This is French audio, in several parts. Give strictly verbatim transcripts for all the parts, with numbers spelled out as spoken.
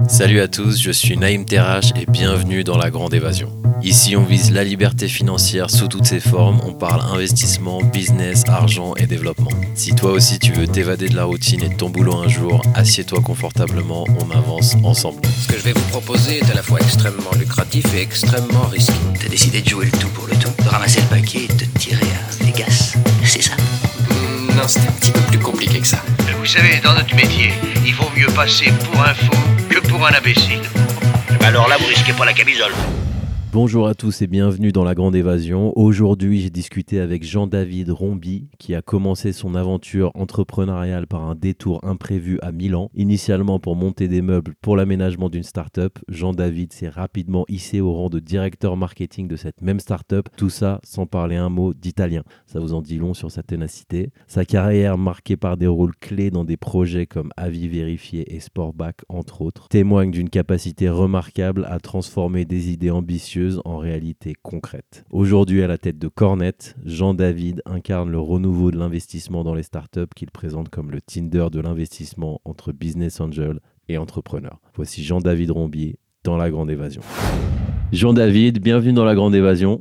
Salut à tous, je suis Naïm Terrache et bienvenue dans La Grande Évasion. Ici, on vise la liberté financière sous toutes ses formes, on parle investissement, business, argent et développement. Si toi aussi tu veux t'évader de la routine et de ton boulot un jour, assieds-toi confortablement, on avance ensemble. Ce que je vais vous proposer est à la fois extrêmement lucratif et extrêmement risqué. T'as décidé de jouer le tout pour le tout, de ramasser le paquet et de te tirer à Vegas, c'est ça? Mmh, non, c'était un petit peu plus compliqué que ça. Vous savez, dans notre métier, il vaut mieux passer pour un fou que pour un imbécile. Alors là, vous risquez pas la camisole. Bonjour à tous et bienvenue dans La Grande Évasion. Aujourd'hui, j'ai discuté avec Jean-David Romby qui a commencé son aventure entrepreneuriale par un détour imprévu à Milan. Initialement pour monter des meubles pour l'aménagement d'une start-up, Jean-David s'est rapidement hissé au rang de directeur marketing de cette même start-up. Tout ça sans parler un mot d'italien. Ça vous en dit long sur sa ténacité. Sa carrière marquée par des rôles clés dans des projets comme Avis Vérifié et Sportback entre autres, témoigne d'une capacité remarquable à transformer des idées ambitieuses en réalité concrète. Aujourd'hui, à la tête de Cornet, Jean-David incarne le renouveau de l'investissement dans les startups qu'il présente comme le Tinder de l'investissement entre business angel et entrepreneur. Voici Jean-David Romby dans La Grande Évasion. Jean-David, bienvenue dans La Grande Évasion.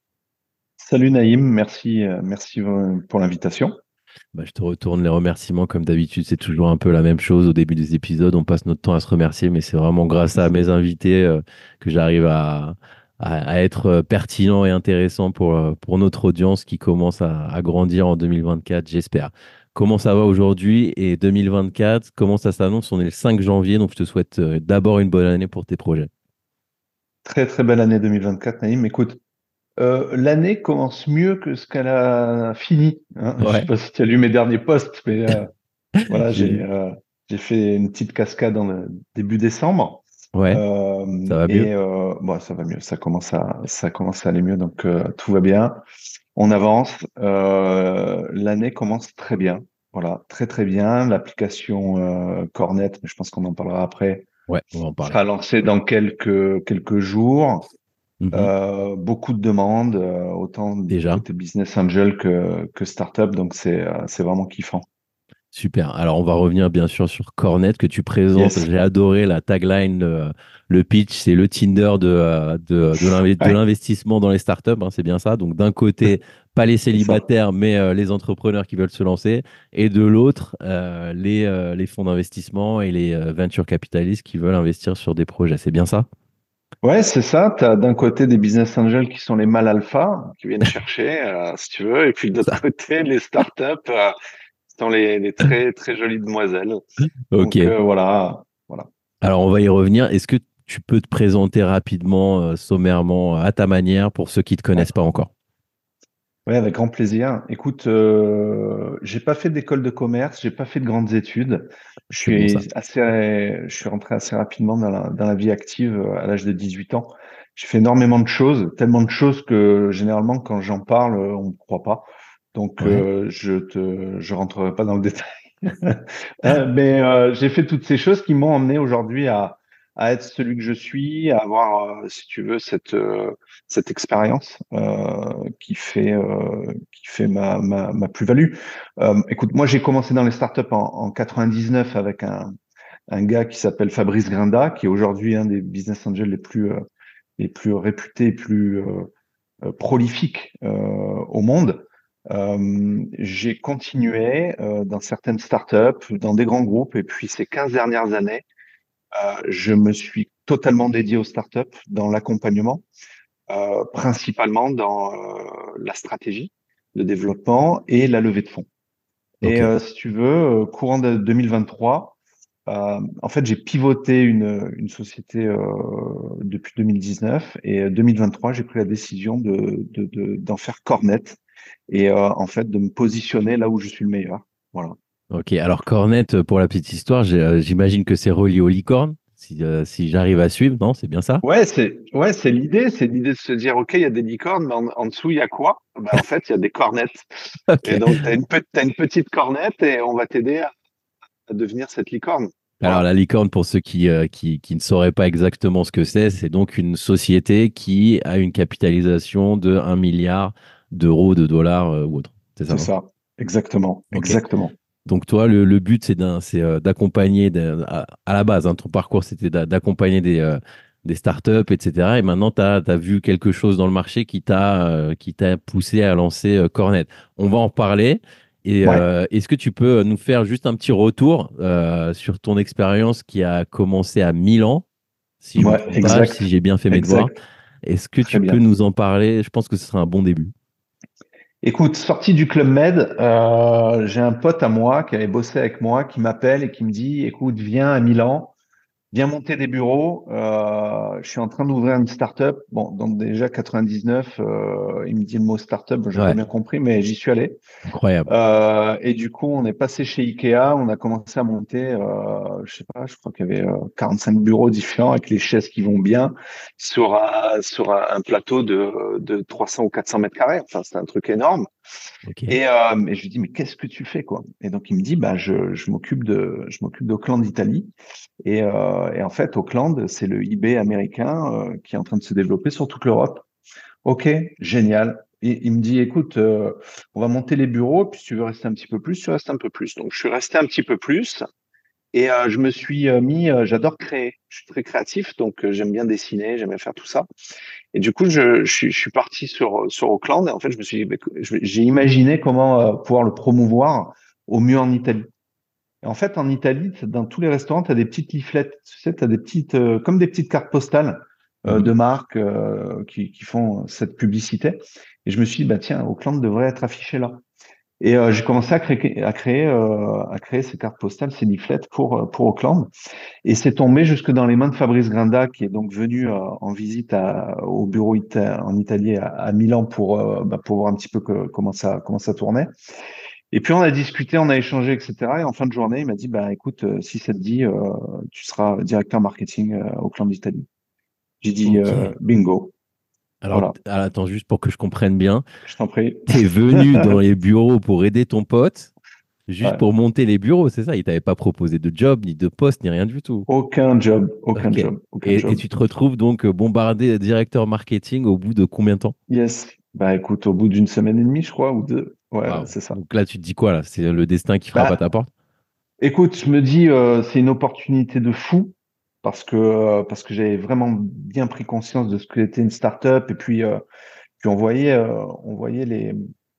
Salut Naïm, merci, euh, merci pour l'invitation. Bah, je te retourne les remerciements comme d'habitude, c'est toujours un peu la même chose au début des épisodes, on passe notre temps à se remercier, mais c'est vraiment grâce à mes invités euh, que j'arrive à, à, à être pertinent et intéressant pour, pour notre audience qui commence à, à grandir en deux mille vingt-quatre, j'espère. Comment ça va aujourd'hui et deux mille vingt-quatre, comment ça s'annonce? On est le cinq janvier, donc je te souhaite euh, d'abord une bonne année pour tes projets. Très très belle année deux mille vingt-quatre Naïm, écoute. Euh, l'année commence mieux que ce qu'elle a fini. Hein. Ouais. Je sais pas si tu as lu mes derniers posts, mais euh, voilà, j'ai euh, j'ai fait une petite cascade en euh, début décembre. Ouais. Euh, Ça va et mieux. euh, bon, ça va mieux. Ça commence à ça commence à aller mieux, donc euh, tout va bien. On avance. Euh, l'année commence très bien. Voilà, très très bien. L'application euh, Cornet, mais je pense qu'on en parlera après, Ouais, on va en parler. sera lancée dans quelques quelques jours. Mhm. Euh, beaucoup de demandes, euh, autant Déjà. côté business angel que, que startup, donc c'est euh, c'est vraiment kiffant. Super. Alors, on va revenir bien sûr sur Cornet que tu présentes. Yes. J'ai adoré la tagline, le, le pitch, c'est le Tinder de, euh, de, de l'inve- de Ouais. l'investissement dans les startups, hein, c'est bien ça. Donc, d'un côté, pas les célibataires, mais euh, les entrepreneurs qui veulent se lancer. Et de l'autre, euh, les, euh, les fonds d'investissement et les euh, venture capitalistes qui veulent investir sur des projets. C'est bien ça? Ouais, c'est ça. Tu as d'un côté des business angels qui sont les mâles alpha, qui viennent chercher, euh, si tu veux, et puis de l'autre Ça. côté, les startups euh, qui sont les, les très très jolies demoiselles. Ok. Donc euh, voilà, voilà. Alors, on va y revenir. Est-ce que tu peux te présenter rapidement, euh, sommairement, à ta manière, pour ceux qui ne te connaissent pas encore? Ouais, avec grand plaisir. Écoute, euh, j'ai pas fait d'école de commerce, j'ai pas fait de grandes études. Je C'est bon ça. suis assez, je suis rentré assez rapidement dans la, dans la vie active euh, à l'âge de dix-huit ans. J'ai fait énormément de choses, tellement de choses que généralement quand j'en parle, euh, on me croit pas. Donc Ouais. euh, je te, je rentrerai pas dans le détail. Euh, mais euh, j'ai fait toutes ces choses qui m'ont emmené aujourd'hui à, à être celui que je suis, à avoir, euh, si tu veux, cette euh, cette expérience euh, qui fait euh, qui fait ma ma, ma plus-value. Euh, écoute, moi j'ai commencé dans les startups en, en quatre-vingt-dix-neuf avec un un gars qui s'appelle Fabrice Grinda, qui est aujourd'hui un des business angels les plus euh, les plus réputés, les plus euh, euh, prolifiques euh, au monde. Euh, j'ai continué euh, dans certaines startups, dans des grands groupes, et puis ces quinze dernières années, euh, je me suis totalement dédié aux startups dans l'accompagnement, euh, principalement dans euh, la stratégie, le développement et la levée de fonds. Et Ok. euh, si tu veux, euh, courant de deux mille vingt-trois, euh, en fait, j'ai pivoté une, une société euh, depuis deux mille dix-neuf et euh, deux mille vingt-trois, j'ai pris la décision de, de, de- d'en faire Cornet et euh, en fait de me positionner là où je suis le meilleur. Voilà. Ok, alors Cornet, pour la petite histoire, j'ai- euh, j'imagine que c'est relié aux licornes, si, euh, si j'arrive à suivre, non? C'est bien ça? Ouais, c'est ouais, c'est l'idée, c'est l'idée de se dire, ok, il y a des licornes, mais en, en dessous, il y a quoi? Ben, en fait, il y a des cornettes. Ok. Et donc, tu as une, pe- t'as une petite cornette et on va t'aider à, à devenir cette licorne. Alors Voilà. la licorne, pour ceux qui, euh, qui, qui ne sauraient pas exactement ce que c'est, c'est donc une société qui a une capitalisation de un milliard d'euros, de dollars euh, ou autre. C'est ça, C'est non? ça. Exactement. Ok. Exactement. Donc toi, le, le but, c'est d'un- c'est, euh, d'accompagner, de- à, à la base, hein, ton parcours, c'était d'a- d'accompagner des, euh, des startups, et cetera. Et maintenant, tu as vu quelque chose dans le marché qui t'a euh, qui t'a poussé à lancer euh, Cornet. On va en reparler. Et Ouais, euh, est-ce que tu peux nous faire juste un petit retour euh, sur ton expérience qui a commencé à Milan, si je me ouais, trompe pas, si exact, j'ai bien fait mes devoirs. exact, Est-ce que très tu peux bien. nous en parler? Je pense que ce sera un bon début. Écoute, sorti du Club Med, euh, j'ai un pote à moi qui avait bossé avec moi qui m'appelle et qui me dit, écoute, viens à Milan. Bien monter des bureaux. Euh, je suis en train d'ouvrir une start-up. Bon, donc déjà quatre-vingt-dix-neuf, euh, il me dit le mot start-up, j'ai pas Ouais, bien compris, mais j'y suis allé. incroyable. Euh, et du coup, on est passé chez Ikea, on a commencé à monter, euh, je sais pas, je crois qu'il y avait euh, quarante-cinq bureaux différents avec les chaises qui vont bien sur un, sur un, un plateau de, de trois cents ou quatre cents mètres carrés. Enfin, c'est un truc énorme. Ok. Et, euh, et je lui dis, mais qu'est-ce que tu fais, quoi? Et donc, il me dit, bah, je, je m'occupe de, je m'occupe d'Auckland, d'Italie. Et, euh, et en fait, Auckland, c'est le eBay américain euh, qui est en train de se développer sur toute l'Europe. Ok, génial. Et il me dit, écoute, euh, on va monter les bureaux, puis si tu veux rester un petit peu plus, tu restes un peu plus. Donc, je suis resté un petit peu plus et euh, je me suis euh, mis, euh, j'adore créer, je suis très créatif, donc euh, j'aime bien dessiner, j'aime bien faire tout ça. Et du coup, je, je, suis, je suis parti sur, sur Auckland et en fait, je me suis dit, bah, je- j'ai imaginé comment euh, pouvoir le promouvoir au mieux en Italie. Et en fait, en Italie, t'as- dans tous les restaurants, tu as des petites leaflets, tu sais, tu as des petites, euh, comme des petites cartes postales euh, Mhm. de marques euh, qui, qui font cette publicité. Et je me suis dit, bah, tiens, Auckland devrait être affiché là. Et euh, j'ai commencé à créer, à créer, euh, à créer ces cartes postales, ces leaflets pour, euh, pour Auckland. Et c'est tombé jusque dans les mains de Fabrice Grinda, qui est donc venu euh, en visite à- au bureau ita- en Italie à, à Milan pour, euh, bah, pour voir un petit peu que- comment ça, comment ça tournait. Et puis on a discuté, on a échangé, et cetera. Et en fin de journée, il m'a dit, bah écoute, euh, si ça te dit, euh, tu seras directeur marketing euh, au Clan d'Italie. J'ai dit euh, Ok. bingo. Alors, Voilà, ah, attends, juste pour que je comprenne bien, je t'en prie. t'es venu dans les bureaux pour aider ton pote, juste Ouais. pour monter les bureaux, c'est ça? Il t'avait pas proposé de job, ni de poste, ni rien du tout. Aucun job, aucun Ok. Et, job, aucun et job. tu te retrouves donc euh, bombardé directeur marketing au bout de combien de temps? Yes. Bah écoute, au bout d'une semaine et demie, je crois, ou deux. Ouais, Waouh. c'est ça. Donc là, tu te dis quoi là? C'est le destin qui frappe à ta Bah porte? écoute, je me dis, euh, c'est une opportunité de fou parce que euh, parce que j'avais vraiment bien pris conscience de ce que était une startup et puis euh, puis on voyait euh, on voyait les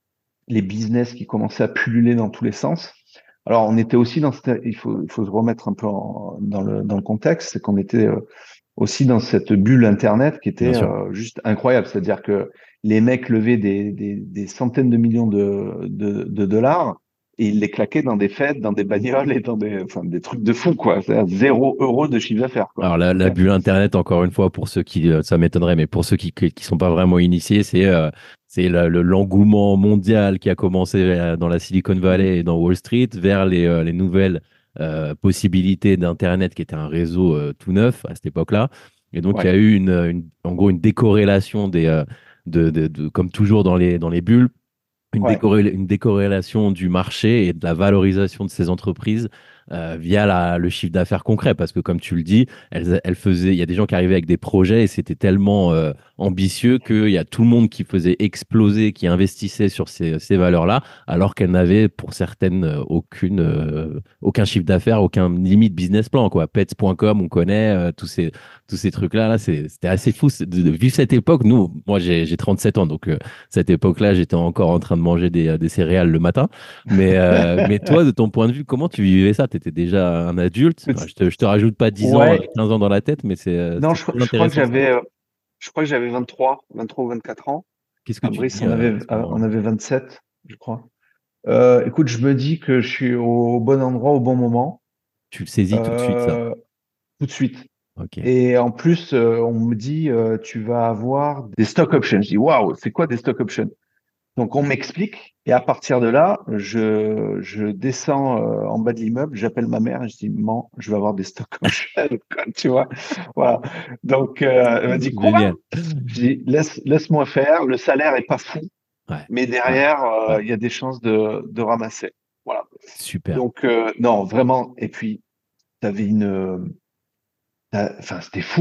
les business qui commençaient à pulluler dans tous les sens. Alors, on était aussi dans cette, il faut, il faut se remettre un peu en- dans le, dans le contexte, c'est qu'on était euh, aussi dans cette bulle Internet qui Bien était sûr. euh, juste incroyable. C'est-à-dire que les mecs levaient des, des, des centaines de millions de, de, de dollars et ils les claquaient dans des fêtes, dans des bagnoles et dans des, enfin, des trucs de fou, quoi. C'est-à-dire zéro euro de chiffre d'affaires, quoi. Alors la, OK? la bulle Internet, encore une fois, pour ceux qui, euh, ça m'étonnerait, mais pour ceux qui qui qui sont pas vraiment initiés, c'est euh, c'est la- le- l'engouement mondial qui a commencé euh, dans la Silicon Mhm. Valley et dans Wall Street vers les, euh, les nouvelles euh, possibilités d'Internet, qui était un réseau euh, tout neuf à cette époque-là. Et donc il y Ouais, a eu une, une- en gros une décorrélation des, euh, de, de- de- comme toujours dans les, dans les bulles, une, ouais, décorré- une décorrélation du marché et de la valorisation de ces entreprises euh, via la- le chiffre d'affaires concret. Parce que, comme tu le dis, elles, elles faisaient, il y a des gens qui arrivaient avec des projets et c'était tellement euh, ambitieux qu'il y a tout le monde qui faisait exploser, qui investissait sur ces, ces valeurs-là, alors qu'elles n'avaient pour certaines euh, aucune, euh, aucun chiffre d'affaires, aucun limite business plan, quoi. Pets point com, on connaît euh, tous ces, tous ces trucs-là. Là, c'est- c'était assez fou. C'est- de- de- vu cette époque, nous, moi, j'ai j'ai trente-sept ans, donc euh, cette époque-là, j'étais encore en train de manger des, euh, des céréales le matin. Mais, euh, mais toi, de ton point de vue, comment tu vivais ça? Tu étais déjà un adulte. Enfin, je te, je te rajoute pas dix ans, euh, ouais. quinze ans dans la tête, mais c'est euh, Non, c'est je, très je crois que intéressant de j'avais, savoir. euh, je crois que j'avais vingt-trois, vingt-trois ou vingt-quatre ans. Qu'est-ce que tu te Fabrice dis en euh, avait, à ce en moment-là? avait vingt-sept, je crois. Euh, écoute, je me dis que je suis au bon endroit au bon moment, Tu le saisis tout de suite, ça. euh, tout de suite. Ok. Et en plus, euh, on me dit, euh, tu vas avoir des stock options. Je dis, waouh, c'est quoi des stock options? Donc, on m'explique. Et à partir de là, je, je descends euh, en bas de l'immeuble, j'appelle ma mère et je dis, maman, je vais avoir des stock options, quoi, tu vois. Voilà. Donc, euh, elle m'a dit, quoi? Génial. Je dis, laisse, laisse-moi faire. Le salaire est pas fou, Ouais. mais Ouais. derrière, euh, Ouais. il y a des chances de, de ramasser. Voilà. Super. Donc, euh, non, vraiment. Et puis, tu avais une. t'as- Enfin, c'était fou, quoi.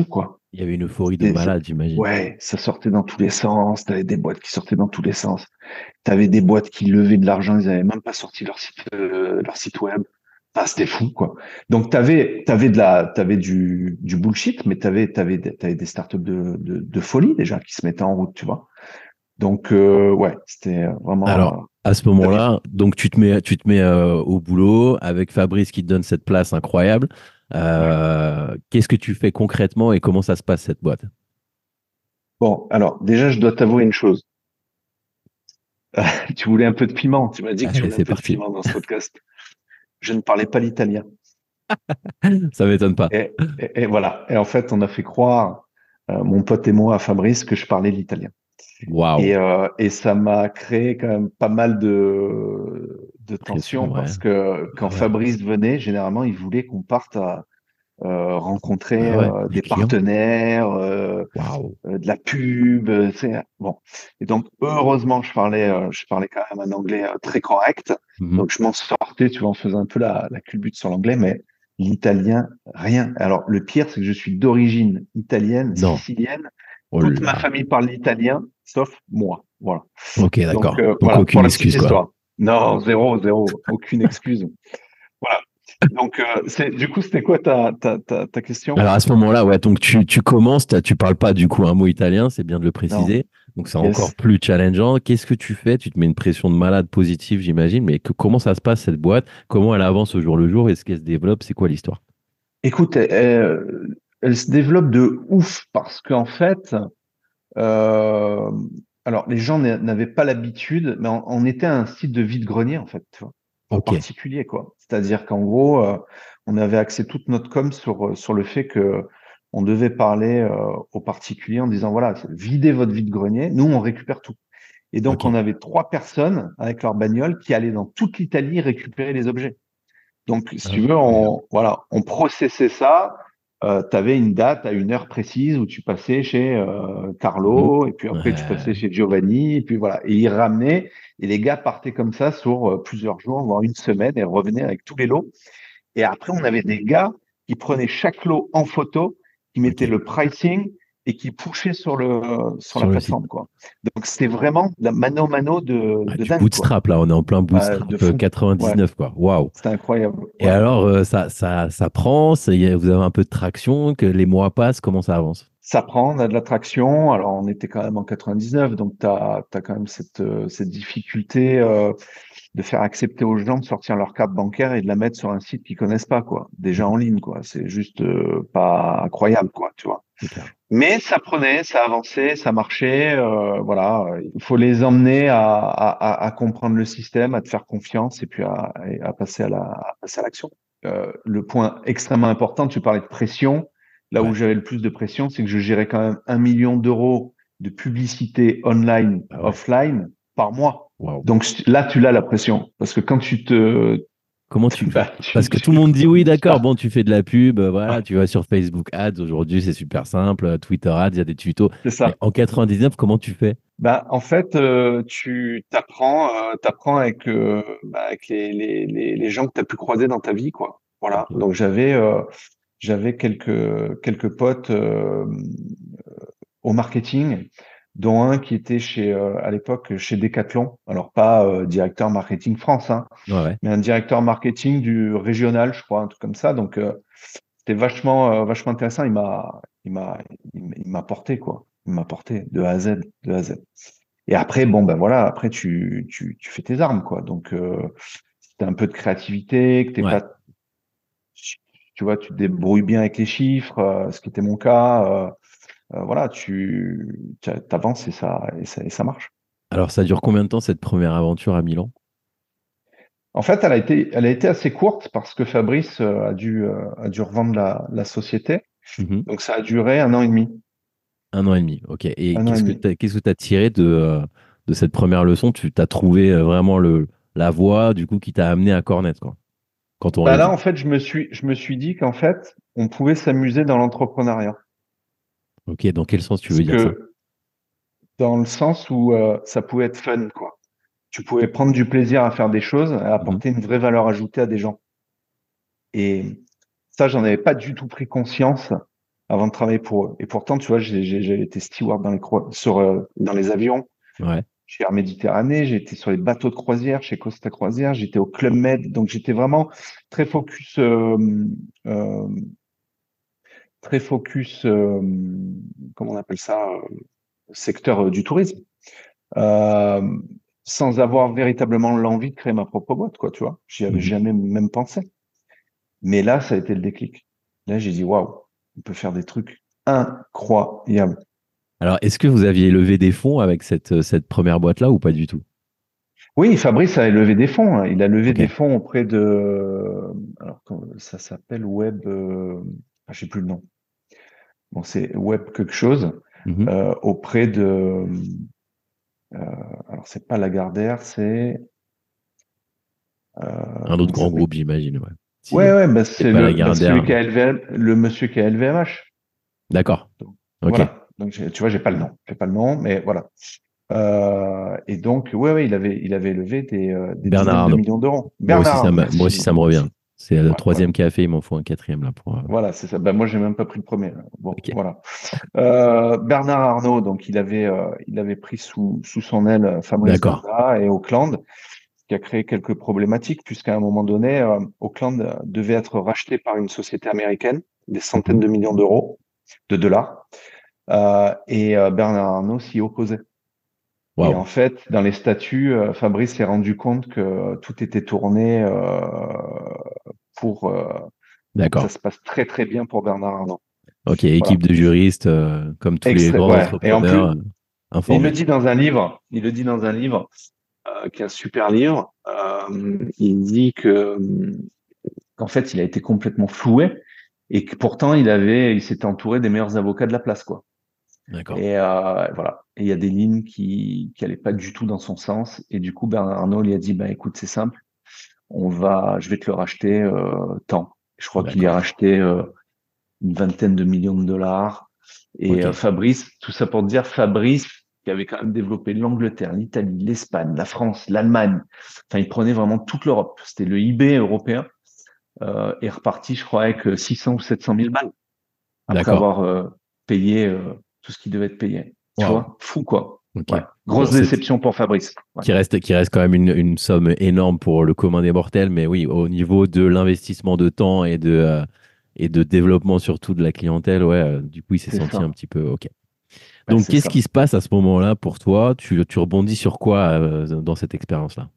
Il y avait une euphorie de C'était- c'est- malade, j'imagine. Ouais, ça sortait dans tous les sens. T'avais des boîtes qui sortaient dans tous les sens. T'avais des boîtes qui levaient de l'argent. Ils avaient même pas sorti leur site, euh, leur site web. Enfin, c'était fou, quoi. Donc, t'avais, t'avais de la, t'avais du, du bullshit, mais t'avais, t'avais, des- t'avais des startups de, de, de folie, déjà, qui se mettaient en route, tu vois. Donc, euh, ouais, c'était vraiment, Alors, euh, à ce moment-là, donc tu te mets, tu te mets euh, au boulot avec Fabrice qui te donne cette place incroyable. ouais. Euh, qu'est-ce que tu fais concrètement et comment ça se passe cette boîte? Bon, alors, déjà, je dois t'avouer une chose. Tu voulais un peu de piment. Tu m'as dit que tu Allez, voulais un c'est peu de parti. piment dans ce podcast. Je ne parlais pas l'italien. Ça m'étonne pas. Et, et- et voilà. Et en fait, on a fait croire, euh, mon pote et moi, à Fabrice, que je parlais l'italien. Waouh, Et, euh, et ça m'a créé quand même pas mal de, de tension pression, ouais. parce que Bah quand ouais, Fabrice venait, généralement, il voulait qu'on parte à euh, rencontrer bah ouais, euh, les des clients. partenaires, euh, Waouh. euh, de la pub, euh, tu sais, bon. Et donc, heureusement, je parlais, euh, je parlais quand même un anglais euh, très correct. Mhm. Donc, je m'en sortais, tu vois, en faisant un peu la, la culbute sur l'anglais, mais l'italien, rien. Alors, le pire, c'est que je suis d'origine italienne, Non. sicilienne. Oh Toute ma là. famille parle l'italien, sauf moi. Voilà. Ok, Donc, d'accord. euh, Donc voilà, pour aucune la petite excuse, quoi. histoire. Non, zéro, zéro, aucune excuse. Voilà. Donc, euh, c'est, du coup, c'était quoi ta, ta, ta, ta question? Alors à ce moment-là, ouais, donc tu, tu commences, t'as- tu parles pas du coup un mot italien, c'est bien de le Non. préciser. Donc c'est encore Yes. plus challengeant. Qu'est-ce que tu fais? Tu te mets une pression de malade positive, j'imagine, mais que- comment ça se passe cette boîte? Comment elle avance au jour le jour? Est-ce qu'elle se développe? C'est quoi l'histoire? Écoute, elle, elle- elle se développe de ouf parce qu'en fait, euh, alors les gens n'a- n'avaient pas l'habitude, mais on, on était un site de vide-grenier en fait, tu vois, pour Ok, particulier quoi. C'est-à-dire qu'en gros, euh, on avait axé toute notre com sur sur le fait que on devait parler euh, aux particuliers en disant voilà, videz votre vide-grenier, nous on récupère tout. Et donc ok. on avait trois personnes avec leur bagnole qui allaient dans toute l'Italie récupérer les objets. Donc, si tu veux, Incroyable. on, voilà, on processait ça. Euh, tu avais une date à une heure précise où tu passais chez euh, Mhm. Carlo, et puis après tu passais Ouais. chez Giovanni, et puis voilà. Et ils ramenaient, et les gars partaient comme ça sur euh, plusieurs jours, voire une semaine, et revenaient avec tous les lots. Et après, on avait des gars qui prenaient chaque lot en photo, qui Ok. mettaient le pricing et qui pushaient sur le sur la Sur le site. plateforme, quoi. Donc, c'était vraiment de la mano mano de, Ah, de du dingue, quoi. bootstrap, là, on est en plein Euh, de bootstrap euh, fou. Ouais, quatre-vingt-dix-neuf, quoi. Waouh. c'était incroyable. Et Ouais. alors, euh, ça, ça, ça prend, ça y est, vous avez un peu de traction, que les mois passent, comment ça avance? Ça prend, on a de l'attraction. Alors, on était quand même en quatre-vingt-dix-neuf, donc tu as, quand même cette, euh, cette difficulté euh, de faire accepter aux gens de sortir leur carte bancaire et de la mettre sur un site qu'ils connaissent pas, quoi. Déjà en ligne, quoi. C'est juste euh, pas incroyable, quoi, tu vois. C'est clair. Mais ça prenait, ça avançait, ça marchait. Euh, voilà, il faut les emmener à, à, à- à comprendre le système, à te faire confiance et puis à, à passer à la, à passer à l'action. Euh, le point extrêmement important, tu parlais de pression. Là où Ouais. j'avais le plus de pression, c'est que je gérais quand même un million d'euros de publicité online, Ah ouais. offline par mois. Waouh. Donc là, tu l'as la pression parce que quand tu te, Comment tu fais? bah, tu, Parce que tout le tu monde dit oui, communiques d'accord, pas. bon, tu fais de la pub, euh, voilà, tu vas sur Facebook Ads, aujourd'hui c'est super simple, euh, Twitter Ads, il y a des tutos. C'est Mais ça. en quatre-vingt-dix-neuf, comment tu fais? Bah, en fait, euh, tu t'apprends, euh, t'apprends avec, euh, bah, avec les, les, les, les gens que tu as pu croiser dans ta vie, quoi. Voilà. Ok. Donc j'avais euh, j'avais quelques quelques potes euh, au marketing, dont un qui était chez euh, à l'époque chez Decathlon. Alors pas euh, directeur marketing France, hein, Ouais, ouais. mais un directeur marketing du régional, je crois, un truc comme ça. Donc euh, c'était vachement euh, vachement intéressant. Il m'a il m'a il m'a il m'a porté quoi. Il m'a porté de A à Z, de A à Z. Et après, bon, ben voilà, après, tu, tu, tu fais tes armes, quoi. Donc, euh, si t'as un peu de créativité, que t'es Ouais. pas, tu vois, tu te débrouilles bien avec les chiffres, euh, ce qui était mon cas, euh, euh, voilà, tu, tu avances et ça, et ça, et ça marche. Alors, ça dure combien de temps cette première aventure à Milan? En fait, elle a été, elle a été assez courte parce que Fabrice euh, a dû, euh, a dû revendre la, la société. Mhm. Donc, ça a duré un an et demi. Un an et demi, ok. Et Un an et qu'est-ce que demi. tu as, qu'est-ce que tu tiré de, euh, de cette première leçon? Tu t'as trouvé euh, vraiment le, la voie, du coup, qui t'a amené à Cornet, quoi, quand on Bah là, résume. en fait, je me suis, je me suis dit qu'en fait, on pouvait s'amuser dans l'entrepreneuriat. Ok, dans quel sens tu Parce veux dire ça? que dans le sens où euh, ça pouvait être fun, quoi. Tu pouvais prendre du plaisir à faire des choses, à Mhm. apporter une vraie valeur ajoutée à des gens. Et ça, j'en avais pas du tout pris conscience avant de travailler pour eux. Et pourtant, tu vois, j'ai, j'ai, j'ai été steward dans les, croi- sur, euh, dans les avions, Ouais. chez Air Méditerranée, j'ai été sur les bateaux de croisière, chez Costa Croisière, j'étais au Club Med, donc j'étais vraiment très focus, euh, euh, très focus, euh, comment on appelle ça, euh, secteur euh, du tourisme, euh, sans avoir véritablement l'envie de créer ma propre boîte, quoi, tu vois. J'y avais Mhm. jamais même pensé. Mais là, ça a été le déclic. Là, j'ai dit, waouh, on peut faire des trucs incroyables. Alors, est-ce que vous aviez levé des fonds avec cette, euh, cette première boîte-là ou pas du tout? Oui, Fabrice a levé des fonds, hein. Il a levé Ok. des fonds auprès de, alors comment- ça s'appelle Web, euh... ah, je sais plus le nom. Bon, c'est Web quelque chose, Mhm. euh, auprès de, euh, alors c'est pas Lagardère, c'est, euh, Un autre comment ça grand s'appelle? groupe, j'imagine. Ouais. Si Ouais, euh, ouais, bah, c'est c'est pas le, bah, celui Lagardère. qui a L V M, le monsieur qui a L V M H. D'accord. Donc, Ok. voilà. Donc, j'ai- tu vois, j'ai pas le nom, j'ai pas le nom, mais voilà. Euh, et donc, ouais, ouais, il avait, il avait levé des, euh, des Bernard dizaines de Arnault. millions d'euros. Moi aussi, Bernard ça Arnault, me, moi merci aussi, ça me beaucoup, revient. merci. C'est le Ouais, ouais. troisième café, il m'en faut un quatrième là pour. euh, Voilà, c'est ça. Ben, moi, j'ai même pas pris le premier. Bon, Ok. voilà. Euh, Bernard Arnault, donc il avait, euh, il avait pris sous, sous son aile euh, Fabrice D'accord. Valda et Auckland, ce qui a créé quelques problématiques, puisqu'à un moment donné, euh, Auckland euh, devait être racheté par une société américaine, des centaines Mhm. de millions d'euros, de dollars, euh, et euh, Bernard Arnault s'y opposait. Et en Waouh. fait, dans les statuts, euh, Fabrice s'est rendu compte que tout était tourné euh, pour, euh, pour que ça D'accord. se passe très très bien pour Bernard Arnault. Ok. Équipe Voilà. de juristes, euh, comme tous les Extrait, grands ouais. Et en entrepreneurs, plus, euh, il le informés. dit dans un livre, il le dit dans un livre, euh, qui est un super livre. Euh, il dit que, qu'en fait, il a été complètement floué et que pourtant, il avait, il s'était entouré des meilleurs avocats de la place, quoi. D'accord. Et euh, voilà. Et il y a des lignes qui, qui allaient pas du tout dans son sens. Et du coup, Bernard Arnault lui a dit, bah, écoute, c'est simple. On va, je vais te le racheter, euh, tant. Je crois qu'il y a D'accord. racheté, euh, une vingtaine de millions de dollars. Et Ok. euh, Fabrice, tout ça pour dire, Fabrice, qui avait quand même développé l'Angleterre, l'Italie, l'Espagne, la France, l'Allemagne. Enfin, il prenait vraiment toute l'Europe. C'était le I B européen. Euh, est reparti, je crois, avec six cents ou sept cent mille balles après D'accord. avoir euh, payé euh, tout ce qui devait être payé. Tu Waouh. vois, fou quoi. Ok. Ouais, Bon, grosse c'est déception pour Fabrice. Ouais, qui reste, qui reste quand même une, une somme énorme pour le commun des mortels, mais oui, au niveau de l'investissement de temps et de, euh, et de développement surtout de la clientèle, ouais, euh, du coup, il s'est c'est senti un ça. petit peu OK. Ouais, Donc, c'est qu'est-ce ça. qui se passe à ce moment-là pour toi? Tu, tu rebondis sur quoi euh, dans cette expérience-là?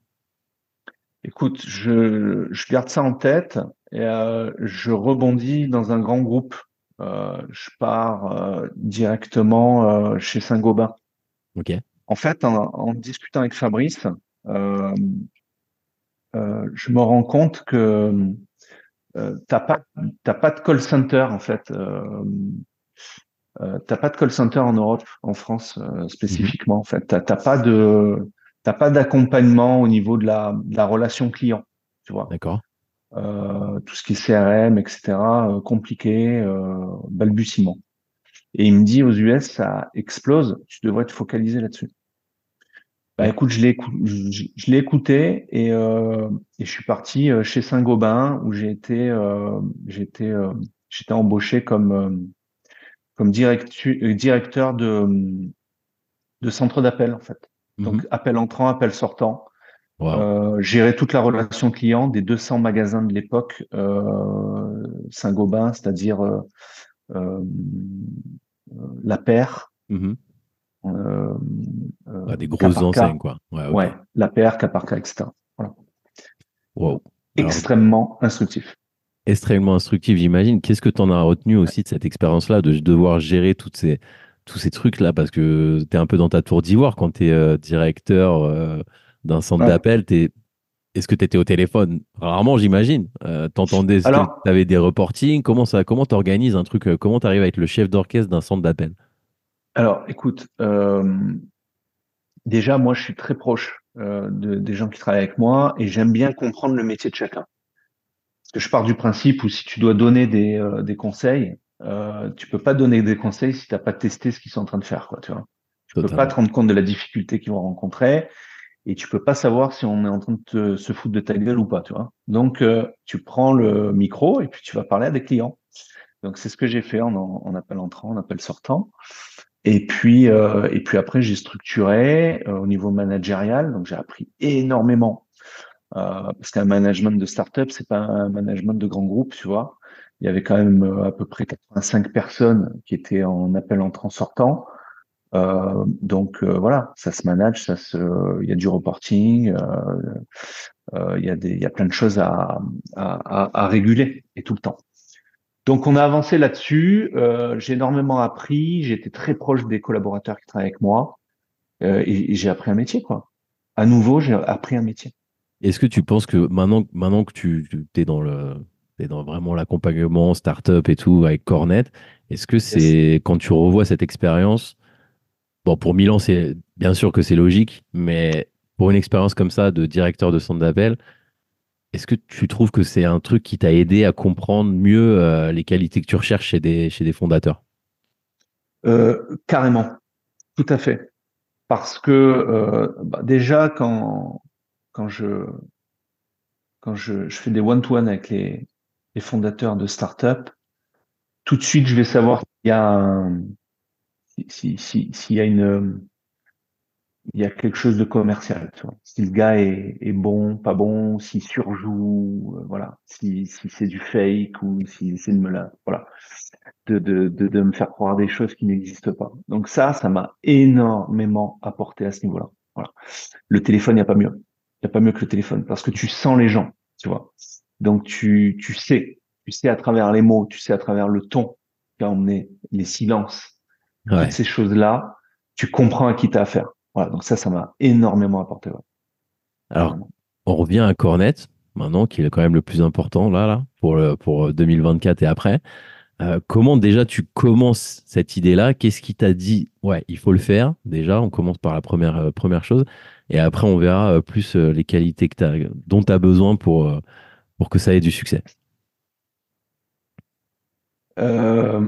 Écoute, je, je garde ça en tête et euh, je rebondis dans un grand groupe. Euh, je pars euh, directement euh, chez Saint-Gobain. OK. En fait, en, en discutant avec Fabrice, euh, euh, je me rends compte que euh, t'as pas, t'as pas de call center en fait. Euh, euh, t'as pas de call center en Europe, en France euh, Mhm. spécifiquement. En fait, t'as t'as pas de, t'as pas d'accompagnement au niveau de la, de la relation client. Tu vois. D'accord. Euh, tout ce qui est C R M, et cetera, euh, compliqué, euh, balbutiement. Et il me dit aux U S, ça explose, tu devrais te focaliser là-dessus. Bah OK. écoute, je l'ai écou- je, je l'ai écouté et, euh, et je suis parti euh, chez Saint-Gobain où j'ai été, euh, j'ai été, euh, j'étais embauché comme, euh, comme directu- euh, directeur de, de centre d'appel en fait. Mhm. Donc appel entrant, appel sortant. Waouh. Euh, gérer toute la relation client des deux cents magasins de l'époque euh, Saint-Gobain, c'est-à-dire euh, euh, La Paire, Mhm. euh, euh, Ouais, des grosses enseignes, Caparca, quoi. Ouais, OK. ouais, La Paire, Caparca, et cetera. Voilà. Wow. Alors, Extrêmement instructif. extrêmement instructif, j'imagine. Qu'est-ce que tu en as retenu aussi de cette expérience-là, de devoir gérer toutes ces, tous ces trucs-là? Parce que tu es un peu dans ta tour d'ivoire quand tu es directeur euh, d'un centre Ouais. d'appel. T'es- Est-ce que tu étais au téléphone? Rarement, j'imagine. Euh, t'entendais, tu Alors, avais des reportings. Comment ça, comment t'organises un truc? euh, Comment tu arrives à être le chef d'orchestre d'un centre d'appel? alors, écoute, euh, déjà, moi, je suis très proche euh, de, des gens qui travaillent avec moi et j'aime bien comprendre le métier de chacun. Parce que je pars du principe où si tu dois donner des, euh, des conseils, euh, tu peux pas donner des conseils si tu n'as pas testé ce qu'ils sont en train de faire, quoi, tu vois. Tu peux pas te Totalement. rendre compte de la difficulté qu'ils vont rencontrer et tu peux pas savoir si on est en train de te, se foutre de ta gueule ou pas, tu vois. Donc, euh, tu prends le micro et puis tu vas parler à des clients. Donc, c'est ce que j'ai fait en, en appel entrant, en appel sortant. Et puis, euh, et puis après, j'ai structuré euh, au niveau managérial. Donc, j'ai appris énormément. Euh, parce qu'un management de start-up, c'est pas un management de grand groupe, tu vois. Il y avait quand même euh, à peu près quatre-vingt-cinq personnes qui étaient en appel entrant sortant. Euh, donc euh, voilà, ça se manage, ça se, il y a du reporting, euh, euh, il y a des, il y a plein de choses à, à, à, à réguler et tout le temps. Donc on a avancé là-dessus. Euh, j'ai énormément appris. J'ai été très proche des collaborateurs qui travaillent avec moi euh, et, et j'ai appris un métier, quoi. À nouveau, j'ai appris un métier. Est-ce que tu penses que maintenant, maintenant que tu es dans le, t'es dans vraiment l'accompagnement startup et tout avec Cornet, est-ce que Yes. c'est quand tu revois cette expérience, bon, pour Milan, c'est bien sûr que c'est logique, mais pour une expérience comme ça de directeur de centre d'appel, est-ce que tu trouves que c'est un truc qui t'a aidé à comprendre mieux euh, les qualités que tu recherches chez des, chez des fondateurs? Euh, carrément, tout à fait. Parce que euh, bah, déjà quand quand je quand je, je fais des one-to-one avec les, les fondateurs de start-up, tout de suite je vais savoir s'il y a un, si, si, si- s'il y a une il y a quelque chose de commercial, tu vois. Si le gars est, est bon, pas bon, s'il surjoue, euh, voilà, si, si c'est du fake ou s'il essaie de me la, voilà, de, de, de, de me faire croire des choses qui n'existent pas. Donc ça, ça m'a énormément apporté à ce niveau-là. Voilà. Le téléphone, il n'y a pas mieux. Il n'y a pas mieux que le téléphone parce que tu sens les gens, tu vois. Donc tu, tu sais, tu sais à travers les mots, tu sais à travers le ton qui a emmené les silences, toutes Ouais. ces choses-là, tu comprends à qui tu as affaire. Voilà, donc ça, ça m'a énormément apporté. Ouais, Alors, carrément. on revient à Cornet, maintenant, qui est quand même le plus important là, là pour, le- pour deux mille vingt-quatre et après. Euh, comment déjà tu commences cette idée-là? Qu'est-ce qui t'a dit, ouais, il faut le faire? Déjà, on commence par la première, euh, première chose. Et après, on verra euh, plus euh, les qualités que t'as, dont tu as besoin pour, euh, pour que ça ait du succès. Euh,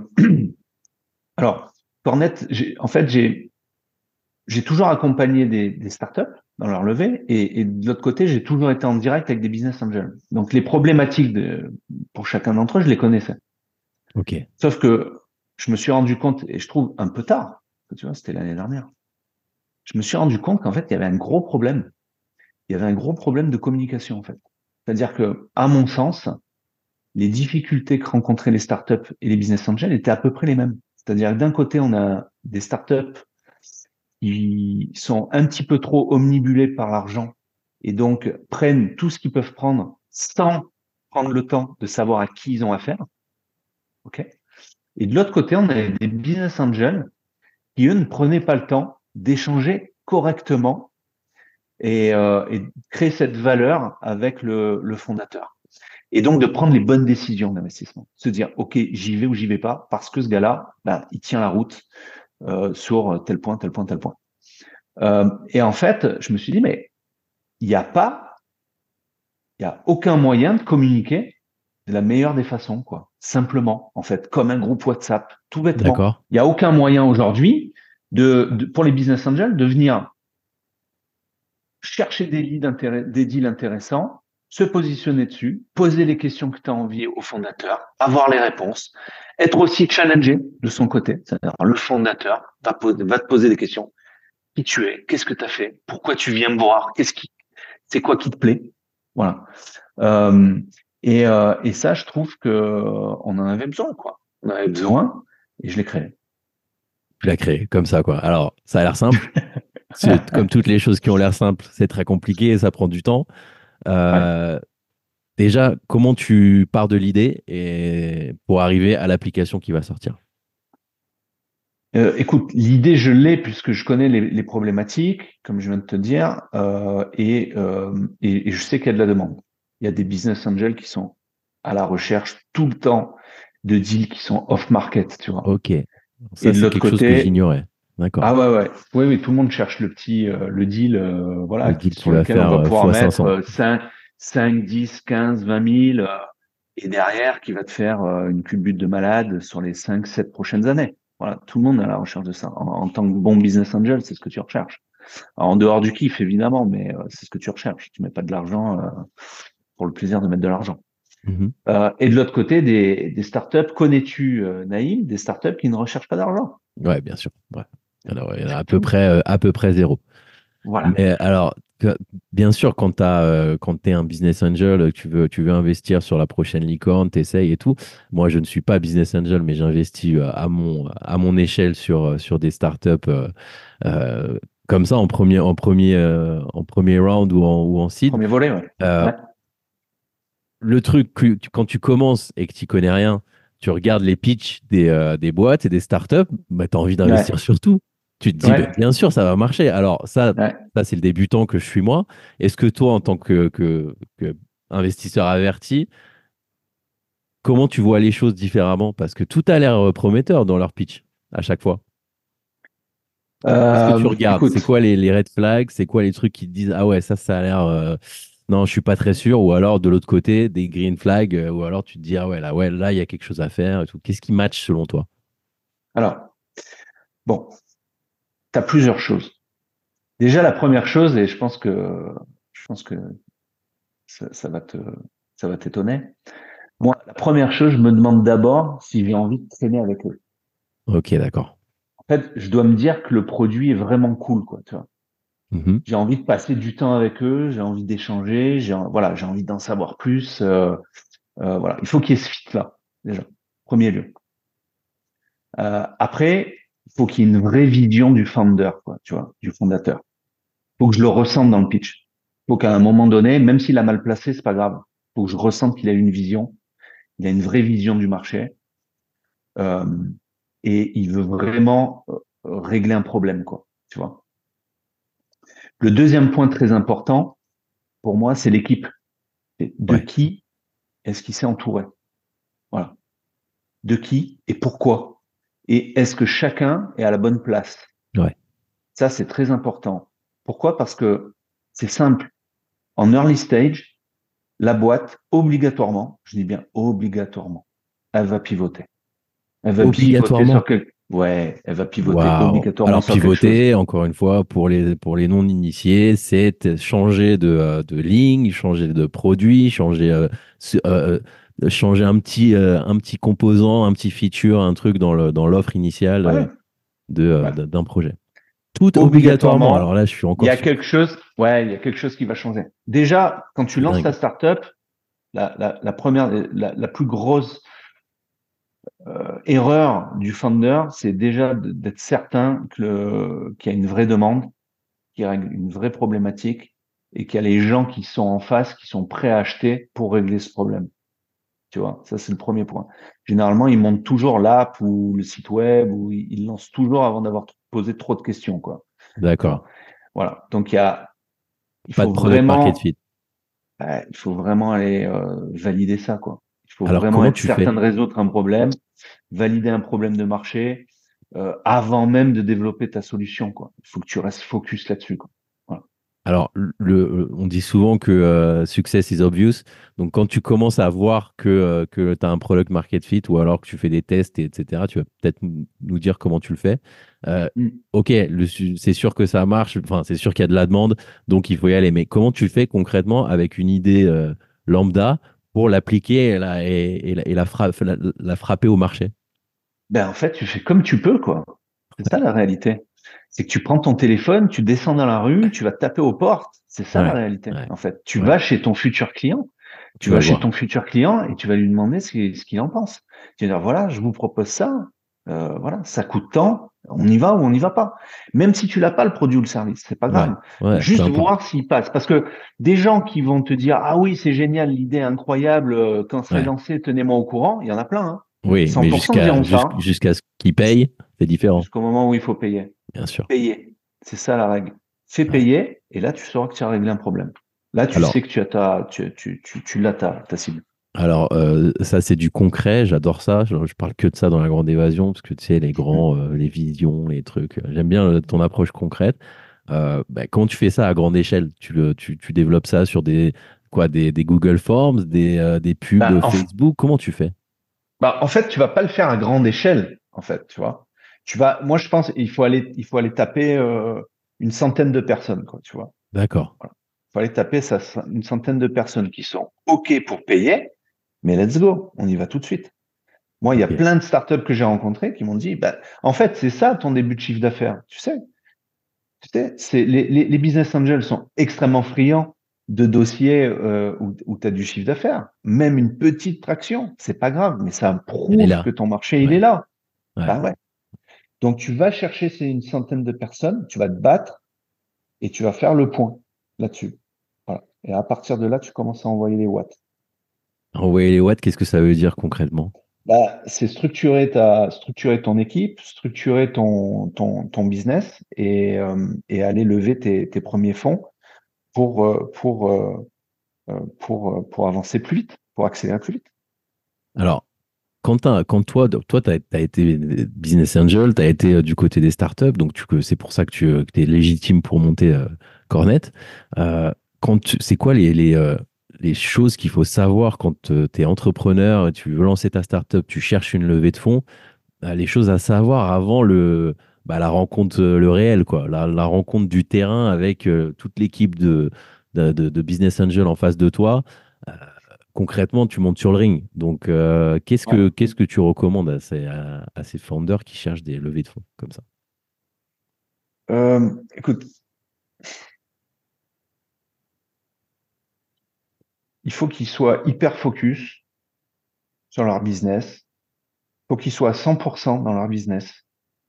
alors, Cornet, j'ai, en fait, j'ai, j'ai toujours accompagné des, des startups dans leur levée et, et de l'autre côté, j'ai toujours été en direct avec des business angels. Donc, les problématiques de, pour chacun d'entre eux, je les connaissais. Ok, Sauf que je me suis rendu compte, et je trouve un peu tard, tu vois, c'était l'année dernière, je me suis rendu compte qu'en fait, il y avait un gros problème. Il y avait un gros problème de communication, en fait. C'est-à-dire que, à mon sens, les difficultés que rencontraient les startups et les business angels étaient à peu près les mêmes. C'est-à-dire que d'un côté, on a des startups qui sont un petit peu trop omnibulés par l'argent et donc prennent tout ce qu'ils peuvent prendre sans prendre le temps de savoir à qui ils ont affaire. Okay, et de l'autre côté, on a des business angels qui, eux, ne prenaient pas le temps d'échanger correctement et, euh, et créer cette valeur avec le, le fondateur. Et donc de prendre les bonnes décisions d'investissement. Se dire, OK, j'y vais ou j'y vais pas, parce que ce gars-là, ben, il tient la route euh, sur tel point, tel point, tel point. Euh, et en fait, je me suis dit, mais il n'y a pas, il y a aucun moyen de communiquer de la meilleure des façons, quoi. Simplement, en fait, comme un groupe WhatsApp, tout bêtement. d'accord. Il n'y a aucun moyen aujourd'hui de, de, pour les business angels de venir chercher des leads, intéress- des deals intéressants, se positionner dessus, poser les questions que tu as envie au fondateur, avoir les réponses, être aussi challengé de son côté. C'est-à-dire le fondateur va, poser, va te poser des questions. Qui tu es? Qu'est-ce que tu as fait? Pourquoi tu viens me voir? Qu'est-ce qui, c'est quoi qui te plaît? Voilà. Euh, et, euh, et ça, je trouve que on en avait besoin, quoi. On en avait besoin et je l'ai créé. Tu l'as créé comme ça, quoi. Alors, ça a l'air simple. C'est- Comme toutes les choses qui ont l'air simples, c'est très compliqué et ça prend du temps. Ouais. Euh, Déjà, comment tu pars de l'idée et pour arriver à l'application qui va sortir? Euh, écoute, l'idée, je l'ai puisque je connais les, les problématiques, comme je viens de te dire, euh, et, euh, et, et je sais qu'il y a de la demande. Il y a des business angels qui sont à la recherche tout le temps de deals qui sont off-market, tu vois. Ok. Et Ça, de c'est l'autre quelque chose que côté, j'ignorais. D'accord. ah ouais, ouais, oui, oui, tout le monde cherche le petit, euh, le deal, euh, voilà, Le qui- deal qui sur va lequel on faire va euh, pouvoir fois mettre cinq cents. euh, cinq, cinq, dix, quinze, vingt mille, euh, et derrière, qui va te faire euh, une culbute de malade sur les cinq, sept prochaines années. Voilà, tout le monde est à la recherche de ça. En, en tant que bon business angel, c'est ce que tu recherches. Alors, en dehors du kiff, évidemment, mais euh, c'est ce que tu recherches. Tu mets pas de l'argent euh, pour le plaisir de mettre de l'argent. Mhm. Euh, et de l'autre côté, des, des startups, connais-tu, euh, Naïm, des startups qui ne recherchent pas d'argent? Ouais, bien sûr. Ouais. Alors, il y en a à peu Exactement. près, euh, à peu près zéro. Voilà. Mais alors, que- bien sûr, quand tu euh, quand tu es un business angel, tu veux, tu veux investir sur la prochaine licorne, tu essayes et tout. Moi, je ne suis pas business angel, mais j'investis euh, à mon, à mon échelle sur, euh, sur des startups euh, euh, comme ça en premier, en premier, euh, en premier round ou en, ou en seed. Premier volet, ouais. Euh, Ouais. le truc, que tu- quand tu commences et que tu connais rien, tu regardes les pitchs des, euh, des boîtes et des startups, bah, tu as envie d'investir Ouais. sur tout. Tu te dis, bah, Ouais. bien sûr, ça va marcher. Alors, ça, Ouais. ça c'est le débutant que je suis moi. Est-ce que toi, en tant que, que, que investisseur averti, comment tu vois les choses différemment? Parce que tout a l'air euh, prometteur dans leur pitch à chaque fois. Qu'est-ce que tu Euh, regardes? C'est écoute, quoi les, les red flags? C'est quoi les trucs qui te disent, ah ouais, ça, ça a l'air. euh, Non, je suis pas très sûr. Ou alors, de l'autre côté, des green flags. euh, Ou alors, tu te dis, ah ouais, là, ouais, là, il y a quelque chose à faire et tout. Qu'est-ce qui match selon toi? alors, bon, tu as plusieurs choses. Déjà, la première chose, et je pense que je pense que ça, ça va te ça va t'étonner. Moi, la première chose, je me demande d'abord si j'ai envie de traîner avec eux. Ok, d'accord. En fait, je dois me dire que le produit est vraiment cool, quoi, tu vois. Mhm. J'ai envie de passer du temps avec eux, j'ai envie d'échanger, j'ai en- voilà, j'ai envie d'en savoir plus. euh, euh, voilà, il faut qu'il y ait ce fit-là, déjà, premier lieu. Euh, après, il faut qu'il y ait une vraie vision du founder, quoi, tu vois, du fondateur. Il faut que je le ressente dans le pitch. Il faut qu'à un moment donné, même s'il a mal placé, c'est pas grave. Il faut que je ressente qu'il a une vision, il a une vraie vision du marché, euh, et il veut vraiment euh, régler un problème, quoi, tu vois. Le deuxième point très important pour moi, c'est l'équipe. C'est de Ouais, qui est-ce qu'il s'est entouré? Voilà. De qui et pourquoi? Et est-ce que chacun est à la bonne place? ouais. Ça, c'est très important. Pourquoi? Parce que c'est simple. En early stage, la boîte, obligatoirement, je dis bien obligatoirement, elle va pivoter. Elle va pivoter Obligatoirement. sur quelque, ouais, elle va pivoter Waouh. obligatoirement Alors, sur quelque chose. pivoter, encore une fois, pour les, pour les non-initiés, c'est changer de, euh, de ligne, changer de produit, changer, euh, ce- euh, euh, changer un petit, euh, un petit composant, un petit feature, un truc dans le, dans l'offre initiale euh, Ouais, de, euh, voilà. d'un projet. Tout obligatoirement. Alors Obligatoirement, là, je suis il y encore a sur. quelque chose, ouais, il y a quelque chose qui va changer. Déjà, quand tu C'est lances ta dingue. startup, la, la, la première, la, la plus grosse euh, erreur du founder, c'est déjà de- d'être certain que le- qu'il y a une vraie demande, qu'il y a une vraie problématique et qu'il y a les gens qui sont en face, qui sont prêts à acheter pour régler ce problème. Tu vois, ça c'est le premier point. Généralement, ils montent toujours l'app ou le site web ou ils ils lancent toujours avant d'avoir posé trop de questions, quoi. Tu D'accord. vois, voilà. Donc il y a, il Pas de faut product market vraiment, fit. ouais, il faut vraiment aller euh, valider ça, quoi. Il faut Alors, vraiment comment être tu fais? certain de résoudre un problème, valider un problème de marché euh, avant même de développer ta solution, quoi. Il faut que tu restes focus là-dessus, quoi. Voilà. Alors, le, on dit souvent que euh, success is obvious. Donc, quand tu commences à voir que, euh, que tu as un product market fit ou alors que tu fais des tests, et etc., tu vas peut-être m- nous dire comment tu le fais. Euh, Mm. ok, le su- c'est sûr que ça marche. Enfin, c'est sûr qu'il y a de la demande, donc il faut y aller. Mais comment tu le fais concrètement avec une idée euh, lambda pour l'appliquer et la, et, et la, et la fra- la- la frapper au marché? Ben, en fait, tu fais comme tu peux, quoi. C'est ça la réalité. C'est que tu prends ton téléphone, tu descends dans la rue, tu vas taper aux portes. C'est ça la Ouais, réalité, ouais, en fait. Tu ouais. vas chez ton futur client, Tu tu vas vas le chez voir. ton futur client et tu vas lui demander ce qu'il ce qu'il en pense. Tu vas dire, voilà, je vous propose ça, euh, voilà, ça coûte tant, on y va ou on n'y va pas. Même si tu l'as pas le produit ou le service, c'est pas Ouais, grave. ouais, peu Juste importe. voir s'il passe. Parce que des gens qui vont te dire, ah oui, c'est génial, l'idée est incroyable, euh, quand c'est Ouais. lancé, tenez-moi au courant, il y en a plein, hein. Oui, cent mais pour cent jusqu'à diront ça, jus- hein, jusqu'à ce qu'ils payent, c'est différent, jusqu'au moment où il faut payer. bien sûr. Payer. C'est ça la règle. Fais Ouais. payer et là, tu sauras que tu as réglé un problème. Là, tu Alors, sais que tu as ta, tu, tu, tu, tu l'as ta, ta cible. alors euh, ça, c'est du concret, j'adore ça. Je, je parle que de ça dans la grande évasion, parce que tu sais, les grands, euh, les visions, les trucs. euh, J'aime bien euh, ton approche concrète. Euh, bah, comment tu fais ça à grande échelle? Tu, le, tu, tu développes ça sur des, quoi, des, des Google Forms, des, euh, des Bah, pubs en, Facebook? Comment tu fais? bah, en fait, tu vas pas le faire à grande échelle, en fait, tu vois. Tu vas, moi, je pense, il faut aller, il faut aller taper euh, une centaine de personnes, quoi, tu vois. D'accord. Voilà. Il faut aller taper ça, une centaine de personnes qui sont OK pour payer mais let's go, on y va tout de suite. Moi, il y a Ok. plein de startups que j'ai rencontrées qui m'ont dit, bah, en fait, c'est ça ton début de chiffre d'affaires. Tu sais, tu sais, c'est les, les, les business angels sont extrêmement friands de dossiers euh, où, où tu as du chiffre d'affaires. Même une petite traction, c'est pas grave, mais ça Elle est prouve là. que ton marché, il est Ouais. là. Ouais. Bah ouais. Donc, tu vas chercher ces une centaine de personnes, tu vas te battre et tu vas faire le point là-dessus. Voilà. Et à partir de là, tu commences à envoyer les watts. Envoyer les watts, qu'est-ce que ça veut dire concrètement? Bah, c'est structurer ta, structurer ton équipe, structurer ton, ton, ton business et, euh, et aller lever tes, tes premiers fonds pour, euh, pour, euh, euh, pour, euh, pour avancer plus vite, pour accélérer plus vite. Alors, quand, t'as- quand toi, toi, tu as, été business angel, tu as été euh, du côté des startups, donc tu, que c'est pour ça que tu es légitime pour monter euh, Cornet. Euh, quand tu- c'est quoi les, les, euh, les choses qu'il faut savoir quand tu es entrepreneur, et tu veux lancer ta startup, tu cherches une levée de fonds, euh, les choses à savoir avant le, bah, la rencontre, euh, le réel, quoi, la, la rencontre du terrain avec euh, toute l'équipe de, de, de- de business angel en face de toi. Euh, concrètement, tu montes sur le ring. Donc, euh, qu'est-ce Ouais. que, qu'est-ce que tu recommandes à ces, à, à ces founders qui cherchent des levées de fonds comme ça? Euh, écoute, il faut qu'ils soient hyper focus sur leur business. Il faut qu'ils soient à cent pour cent dans leur business.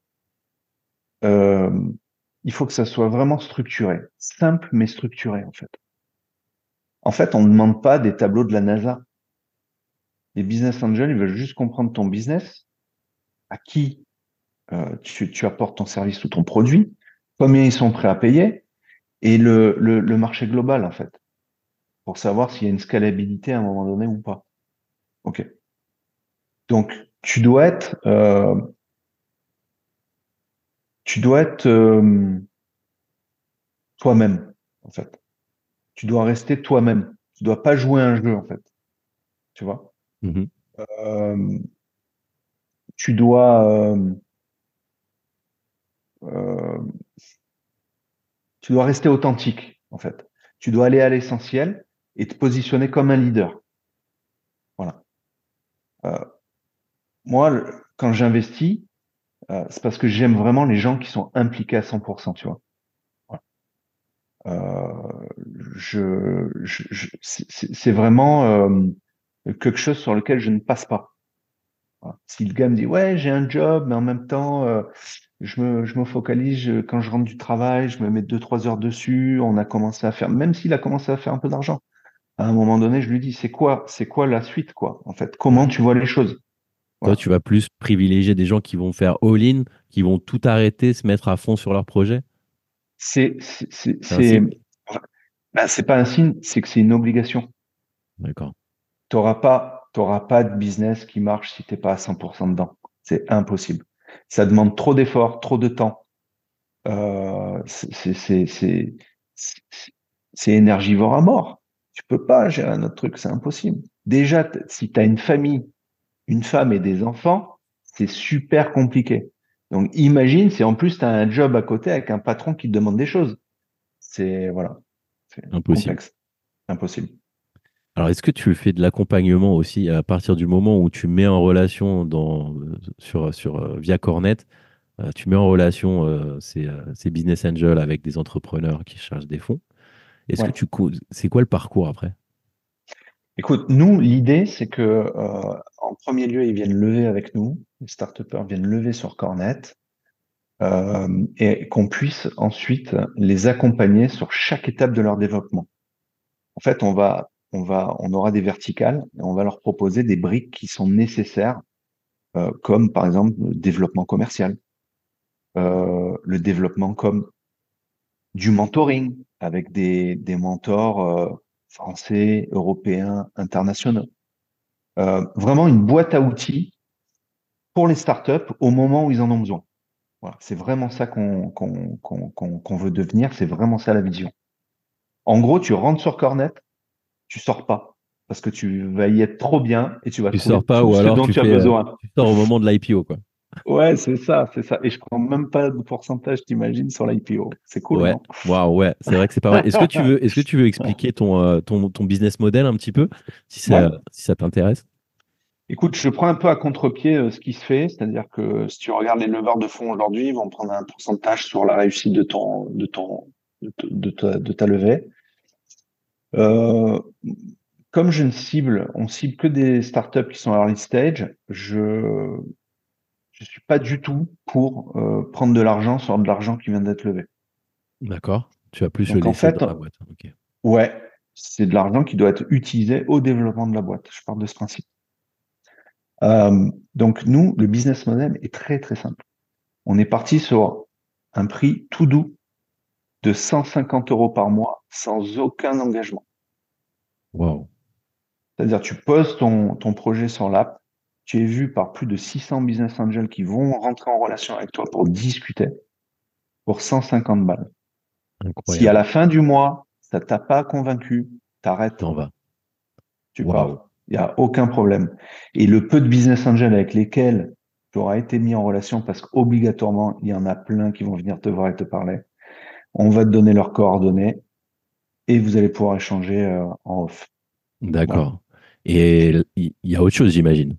Euh, il faut que ça soit vraiment structuré, simple mais structuré en fait. En fait, on ne demande pas des tableaux de la NASA. Les business angels, ils veulent juste comprendre ton business, à qui euh, tu, tu apportes ton service ou ton produit, combien ils sont prêts à payer, et le, le, le marché global, en fait, pour savoir s'il y a une scalabilité à un moment donné ou pas. OK. Donc, tu dois être, euh, tu dois être euh, toi-même, en fait. Tu dois rester toi-même. Tu dois pas jouer un jeu, en fait. Tu vois? Mhm. Euh, tu dois, euh, euh, tu dois rester authentique, en fait. Tu dois aller à l'essentiel et te positionner comme un leader. Voilà. Euh, moi, le- quand j'investis, euh, c'est parce que j'aime vraiment les gens qui sont impliqués à cent pour cent, tu vois. Voilà. Euh, je, je, je- c'est c'est- c'est vraiment euh, quelque chose sur lequel je ne passe pas. Voilà. Si le gars me dit, ouais, j'ai un job, mais en même temps, euh, je me, je me focalise, je- quand je rentre du travail, je me mets deux, trois heures dessus, on a commencé à faire, même s'il a commencé à faire un peu d'argent, à un moment donné, je lui dis, c'est quoi, c'est quoi la suite, quoi, en fait, Ouais. comment tu vois les choses? Toi, Voilà. tu vas plus privilégier des gens qui vont faire all-in, qui vont tout arrêter, se mettre à fond sur leur projet. C'est, c'est, c'est, C'est un c'est, signe. enfin, ben, c'est pas un signe, c'est que c'est une obligation. D'accord. T'auras pas, t'auras pas de business qui marche si t'es pas à cent pour cent dedans. C'est impossible. Ça demande trop d'efforts, trop de temps. Euh, c'est, c'est, c'est, c'est, c'est c'est énergivore à mort. Tu peux pas gérer un autre truc, c'est impossible. Déjà, t- si tu as une famille, une femme et des enfants, c'est super compliqué. Donc, imagine si en plus tu as un job à côté avec un patron qui te demande des choses. C'est, voilà, c'est Impossible. complexe, impossible. Alors, est-ce que tu fais de l'accompagnement aussi à partir du moment où tu mets en relation dans, euh, sur, sur, euh, via Cornet, euh, tu mets en relation euh, ces, euh, ces business angels avec des entrepreneurs qui cherchent des fonds. Est-ce que Ouais. tu, co- c'est quoi le parcours après? Écoute, nous, l'idée, c'est que, euh, en premier lieu, ils viennent lever avec nous, les start-upers viennent lever sur Cornet, euh, et qu'on puisse ensuite les accompagner sur chaque étape de leur développement. En fait, on va, on va, on aura des verticales et on va leur proposer des briques qui sont nécessaires, euh, comme par exemple le développement commercial, euh, le développement comme du mentoring avec des, des mentors euh, français, européens, internationaux. Euh, vraiment une boîte à outils pour les startups au moment où ils en ont besoin. Voilà, c'est vraiment ça qu'on qu'on qu'on qu'on qu'on veut devenir, c'est vraiment ça la vision. En gros, tu rentres sur Cornet, tu sors pas parce que tu vas y être trop bien et tu vas Tu sors trouver pas tout ou ce alors dont tu tu as fais, euh, besoin. tu sors au moment de l'I P O, quoi. Ouais, c'est ça, c'est ça. Et je prends même pas de pourcentage, t'imagines, sur l'I P O. C'est cool, Ouais, non? waouh, ouais, c'est vrai que c'est pas mal. Est-ce que tu veux, est-ce que tu veux expliquer ton, euh, ton, ton business model un petit peu, si Ouais. ça, si ça t'intéresse? Écoute, je prends un peu à contre-pied euh, ce qui se fait, c'est-à-dire que si tu regardes les leveurs de fonds aujourd'hui, ils vont prendre un pourcentage sur la réussite de ton, de ton, de, t- de ta, de ta levée. Euh, Comme je ne cible, on cible que des startups qui sont early stage, je je suis pas du tout pour euh, prendre de l'argent sur de l'argent qui vient d'être levé. D'accord. Tu vas plus le Donc en laisser fait, dans la boîte. Ok. ouais, c'est de l'argent qui doit être utilisé au développement de la boîte. Je pars de ce principe. Euh, donc nous, le business model est très très simple. On est parti sur un prix tout doux de cent cinquante euros par mois sans aucun engagement. Waouh. C'est-à-dire, tu poses ton, ton projet sur l'app, tu es vu par plus de six cents business angels qui vont rentrer en relation avec toi pour discuter pour cent cinquante balles. Si à Incroyable. la fin du mois, ça t'a pas convaincu, t'arrêtes, T'en vas. tu Waouh. pars. Il n'y a aucun problème. Et le peu de business angels avec lesquels tu auras été mis en relation, parce qu'obligatoirement, il y en a plein qui vont venir te voir et te parler, on va te donner leurs coordonnées et vous allez pouvoir échanger euh, en off. Voilà. D'accord. Et il y, y a autre chose, j'imagine.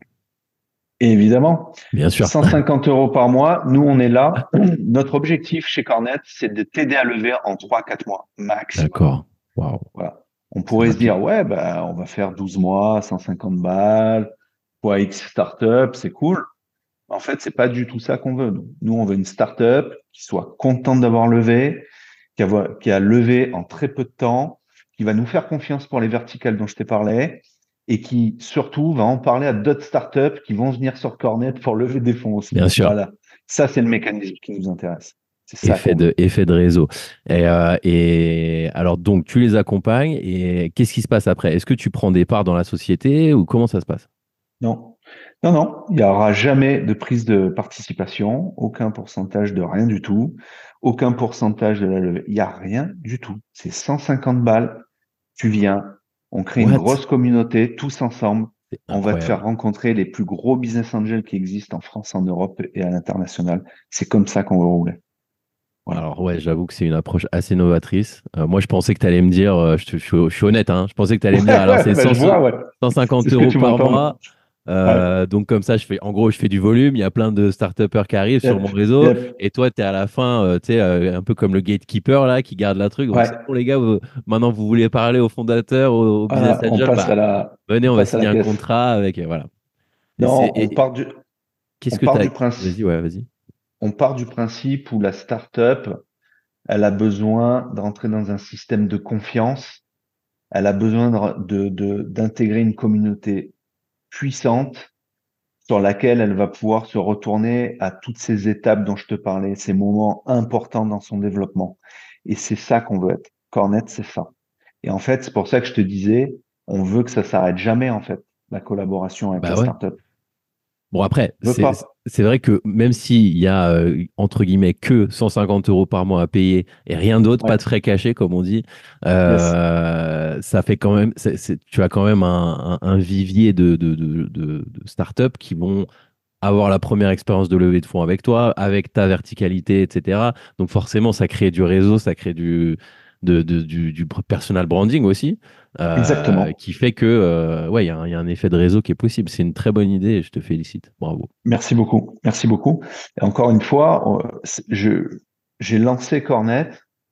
Et évidemment, Bien sûr. cent cinquante euros par mois, nous, on est là. Notre objectif chez Cornet, c'est de t'aider à lever en trois quatre mois, maximum. D'accord. Waouh. Voilà. On C'est pourrait se rapide. dire, ouais, bah, on va faire douze mois, cent cinquante balles, fois X startup, c'est cool. En fait, c'est pas du tout ça qu'on veut. Nous, Nous, on veut une startup qui soit contente d'avoir levé, qui a, qui a levé en très peu de temps, qui va nous faire confiance pour les verticales dont je t'ai parlé, et qui surtout va en parler à d'autres startups qui vont venir sur Cornet pour lever des fonds aussi. Bien sûr. Voilà. Ça, c'est le mécanisme qui nous intéresse. C'est ça Effet qu'on veut. de, effet de réseau. Et, euh, et alors, donc, tu les accompagnes et qu'est-ce qui se passe après? Est-ce que tu prends des parts dans la société ou comment ça se passe? Non. Non, non, il n'y aura jamais de prise de participation, aucun pourcentage de rien du tout, aucun pourcentage de la levée. Il n'y a rien du tout. C'est cent cinquante balles. Tu viens, on crée une What? grosse communauté, tous ensemble. C'est On va te faire incroyable. rencontrer les plus gros business angels qui existent en France, en Europe et à l'international. C'est comme ça qu'on va rouler. Voilà. Alors, ouais, j'avoue que c'est une approche assez novatrice. Euh, moi, je pensais que tu allais me dire, euh, je, te- je suis je suis honnête, hein, je pensais que tu allais me dire, Ouais, alors ouais, c'est bah, cent je vois, ouais. cent C'est cinquante ce que euros tu par m'entends. mois. Ouais. Euh, donc, comme ça, je fais, en gros, je fais du volume. Il y a plein de start-upers qui arrivent sur mon Yep, réseau. yep. Et toi, tu es à la fin, euh, tu sais, euh, un peu comme le gatekeeper là, qui garde la truc. Donc, Ouais. c'est bon, les gars, vous- maintenant, vous voulez parler aux fondateurs, aux, aux business Voilà, on angels, passe bah, à la, venez, on on va passe à la signer un caisse. contrat avec. Et voilà. Et c'est, Non, on et- part du, qu'est-ce on que tu part as. du principe, Vas-y, ouais, vas-y. on part du principe où la startup, elle a besoin d'entrer dans un système de confiance. Elle a besoin de, de- d'intégrer une communauté puissante sur laquelle elle va pouvoir se retourner à toutes ces étapes dont je te parlais, ces moments importants dans son développement. Et c'est ça qu'on veut être. Cornet, c'est ça. Et en fait, c'est pour ça que je te disais, on veut que ça s'arrête jamais, en fait, la collaboration avec Bah la ouais. startup. Bon, après, On veut c'est pas. c'est vrai que même s'il y a, euh, entre guillemets, que cent cinquante euros par mois à payer et rien d'autre, pas Ouais. de frais cachés, comme on dit, Yes. euh, ça fait quand même, c'est- c'est- tu as quand même un, un- un vivier de, de, de, de, de startups qui vont avoir la première expérience de levée de fonds avec toi, avec ta verticalité, et cetera. Donc forcément, ça crée du réseau, ça crée du, de- de- du, du personal branding aussi, euh, Exactement. qui fait que, euh, ouais, il y, a un il y a un effet de réseau qui est possible. C'est une très bonne idée et je te félicite. Bravo. Merci beaucoup. Merci beaucoup. Et encore une fois, euh, c'est- je, j'ai lancé Cornet,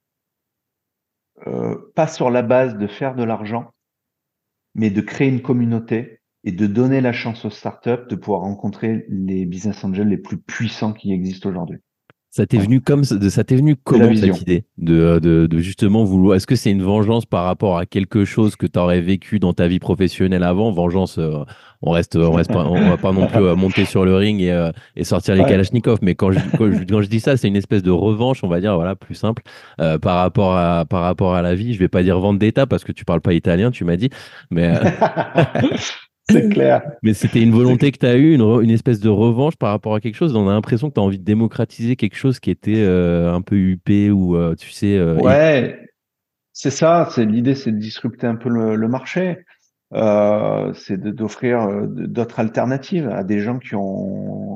euh, pas sur la base de faire de l'argent, mais de créer une communauté et de donner la chance aux startups de pouvoir rencontrer les business angels les plus puissants qui existent aujourd'hui. Ça t'est Voilà. venu comme ça- de- ça t'est venu C'est la comment cette vision. idée de, euh, de, de justement vouloir. Est-ce que c'est une vengeance par rapport à quelque chose que tu aurais vécu dans ta vie professionnelle avant? Vengeance, euh, on reste, on reste pas, on va pas non plus euh, monter sur le ring et, euh, et sortir les Ouais. Kalachnikov. Mais quand je, quand je, quand je dis ça, c'est une espèce de revanche, on va dire, voilà, plus simple, euh, par rapport à, par rapport à la vie. Je vais pas dire vendetta parce que tu parles pas italien, tu m'as dit, mais euh, C'est clair. mais c'était une C'est volonté que tu as eue, une, re- une espèce de revanche par rapport à quelque chose. On a l'impression que tu as envie de démocratiser quelque chose qui était euh, un peu huppé ou, euh, tu sais, euh, et- ouais, c'est ça. C'est l'idée, c'est de disrupter un peu le, le marché. Euh, c'est de- d'offrir euh, d'autres alternatives à des gens qui ont qui,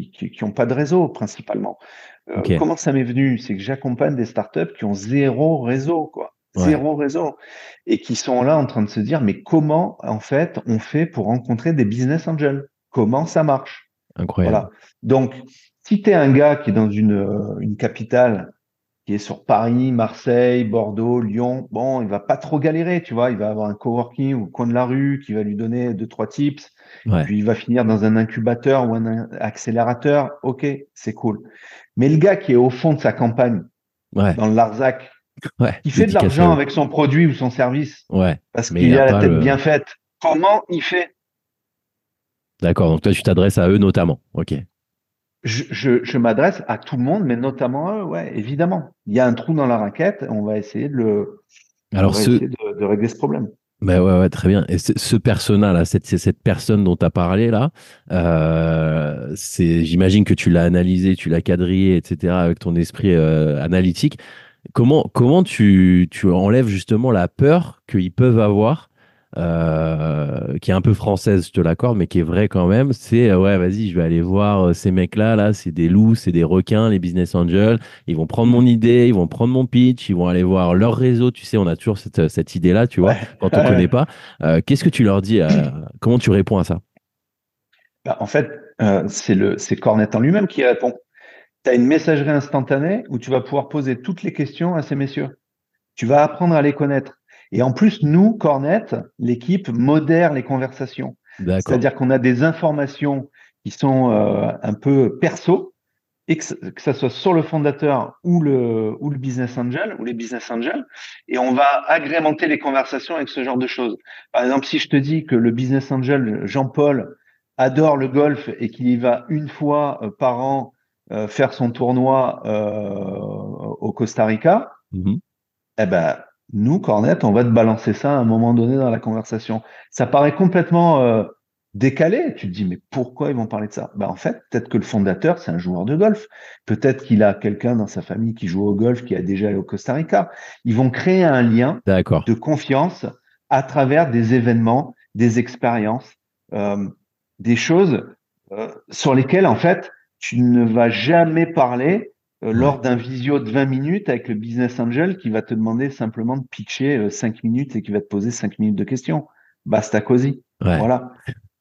qui qui qui ont pas de réseau principalement. Heu, Ok. comment ça m'est venu? C'est que j'accompagne des startups qui ont zéro réseau, quoi. Ouais. zéro réseau et qui sont là en train de se dire: «Mais comment, en fait, on fait pour rencontrer des business angels? Comment ça marche?» Incroyable. Voilà. Donc, si tu es un gars qui est dans une, heu, une capitale qui est sur Paris, Marseille, Bordeaux, Lyon, bon, il va pas trop galérer, tu vois? Il va avoir un coworking au coin de la rue qui va lui donner deux trois tips, Ouais. puis il va finir dans un incubateur ou un in accélérateur. OK, c'est cool. Mais le gars qui est au fond de sa campagne, Ouais. dans le Larzac, Ouais. qui fait de Dédicace à l'argent eux. avec son produit ou son service Ouais. parce Mais il qu'il a a la pas tête le. bien faite, comment il fait? D'accord. Donc toi, tu t'adresses à eux notamment. Ok. Je je je m'adresse à tout le monde, mais notamment à eux, ouais, évidemment. Il y a un trou dans la raquette, on va essayer de le on Alors va ce. essayer de de régler ce problème. Ben ouais, ouais, très bien. Et ce, ce persona-là, cette, c'est cette personne dont tu as parlé là, euh, c'est, j'imagine que tu l'as analysé, tu l'as quadrillé, et cetera, avec ton esprit euh, analytique. Comment, comment tu, tu enlèves justement la peur qu'ils peuvent avoir, euh, qui est un peu française, je te l'accorde, mais qui est vraie quand même. C'est, euh, ouais, vas-y, je vais aller voir euh, ces mecs-là, là, c'est des loups, c'est des requins, les business angels. Ils vont prendre mon Mmh. idée, ils vont prendre mon pitch, ils vont aller voir leur réseau. Tu sais, on a toujours cette, cette idée-là, tu vois, Ouais, quand on connaît ouais. pas. Euh, qu'est-ce que tu leur dis à- Comment tu réponds à ça? Bah, en fait, heu, c'est le c'est Cornet en lui-même qui répond. Tu as une messagerie instantanée où tu vas pouvoir poser toutes les questions à ces messieurs. Tu vas apprendre à les connaître et en plus, nous, Cornet, l'équipe modère les conversations. D'accord. C'est-à-dire qu'on a des informations qui sont, heu, un peu perso et que, que ça soit sur le fondateur ou le, ou le business angel ou les business angels, et on va agrémenter les conversations avec ce genre de choses. Par exemple, si je te dis que le business angel Jean-Paul adore le golf et qu'il y va une fois euh, par an euh, faire son tournoi euh, au Costa Rica, Mhm. eh ben, nous, Cornet, on va te balancer ça à un moment donné dans la conversation. Ça paraît complètement euh, décalé. Tu te dis, mais pourquoi ils vont parler de ça? Ben, en fait, peut-être que le fondateur, c'est un joueur de golf. Peut-être qu'il a quelqu'un dans sa famille qui joue au golf, qui a déjà allé au Costa Rica. Ils vont créer un lien D'accord. de confiance à travers des événements, des expériences, euh, des choses euh, sur lesquelles, en fait, tu ne vas jamais parler euh, Ouais. lors d'un visio de vingt minutes avec le business angel qui va te demander simplement de pitcher euh, cinq minutes et qui va te poser cinq minutes de questions. Basta cosy. Ouais. Voilà.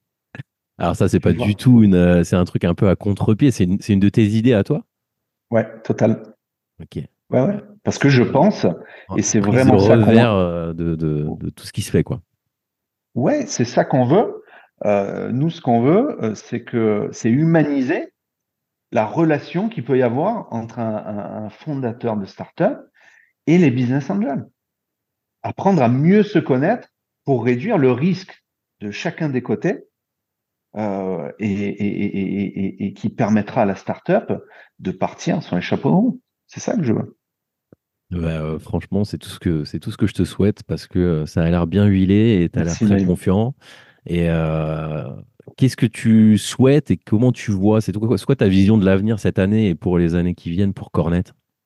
Alors ça, c'est Tu pas du vois. tout une, euh, c'est un truc un peu à contre-pied. C'est une, c'est une de tes idées à toi? Ouais, total. Ok. Ouais, ouais. Parce que je pense, et c'est Prise le vraiment ça revers qu'on, euh, de, de, de tout ce qui se fait, quoi. ouais, c'est ça qu'on veut. Euh, nous, ce qu'on veut, euh, c'est que c'est humaniser la relation qu'il peut y avoir entre un, un- un fondateur de start-up et les business angels. Apprendre à mieux se connaître pour réduire le risque de chacun des côtés euh, et, et, et, et, et qui permettra à la startup de partir sur les chapeaux de roue. C'est ça que je veux. Bah, euh, franchement, c'est tout ce que c'est tout ce que je te souhaite parce que euh, ça a l'air bien huilé et tu as l'air Merci très Naïm. confiant. Et euh, qu'est-ce que tu souhaites et comment tu vois, c'est quoi, c'est quoi ta vision de l'avenir cette année et pour les années qui viennent pour Cornet?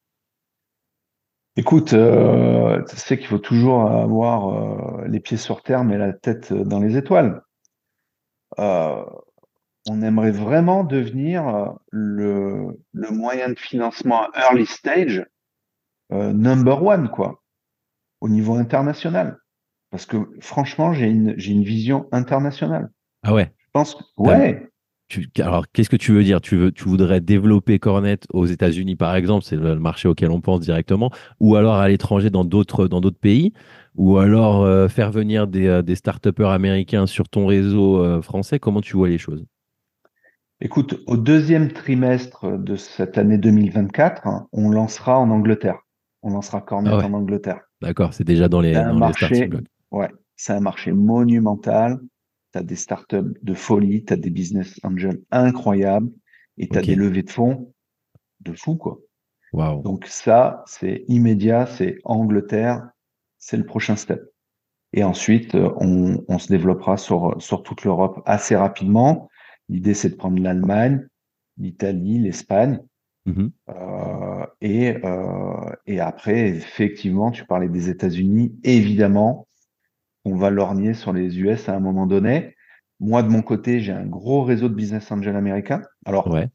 Écoute, euh, tu sais qu'il faut toujours avoir euh, les pieds sur terre mais la tête dans les étoiles. Euh, on aimerait vraiment devenir euh, le, le moyen de financement early stage euh, number one, quoi, au niveau international. Parce que franchement, j'ai une, j'ai une vision internationale. Ah ouais. Je pense, que- t'as- ouais, tu- alors, qu'est-ce que tu veux dire? Tu veux, tu voudrais développer Cornet aux États-Unis, par exemple, c'est le le marché auquel on pense directement, ou alors à l'étranger dans d'autres dans d'autres pays, ou alors euh, faire venir des, euh, des start-upers américains sur ton réseau euh, français. Comment tu vois les choses? écoute, au deuxième trimestre de cette année deux mille vingt-quatre, hein, on lancera en Angleterre. On lancera Ah Cornet ouais. en Angleterre. D'accord, c'est déjà dans C'est les, un dans les starting marché, blocks. ouais, c'est un marché monumental. Tu as des startups de folie, tu as des business angels incroyables et tu as Ok, des levées de fonds de fou, quoi. waouh. Donc ça, c'est immédiat, c'est Angleterre, c'est le prochain step. Et ensuite, euh, on, on se développera sur, sur toute l'Europe assez rapidement. L'idée, c'est de prendre l'Allemagne, l'Italie, l'Espagne. Mhm. Euh, et, euh, et après, effectivement, tu parlais des États-Unis. Évidemment, on va lorgner sur les U S à un moment donné. Moi, de mon côté, j'ai un gros réseau de business angels américains. Alors, Ouais,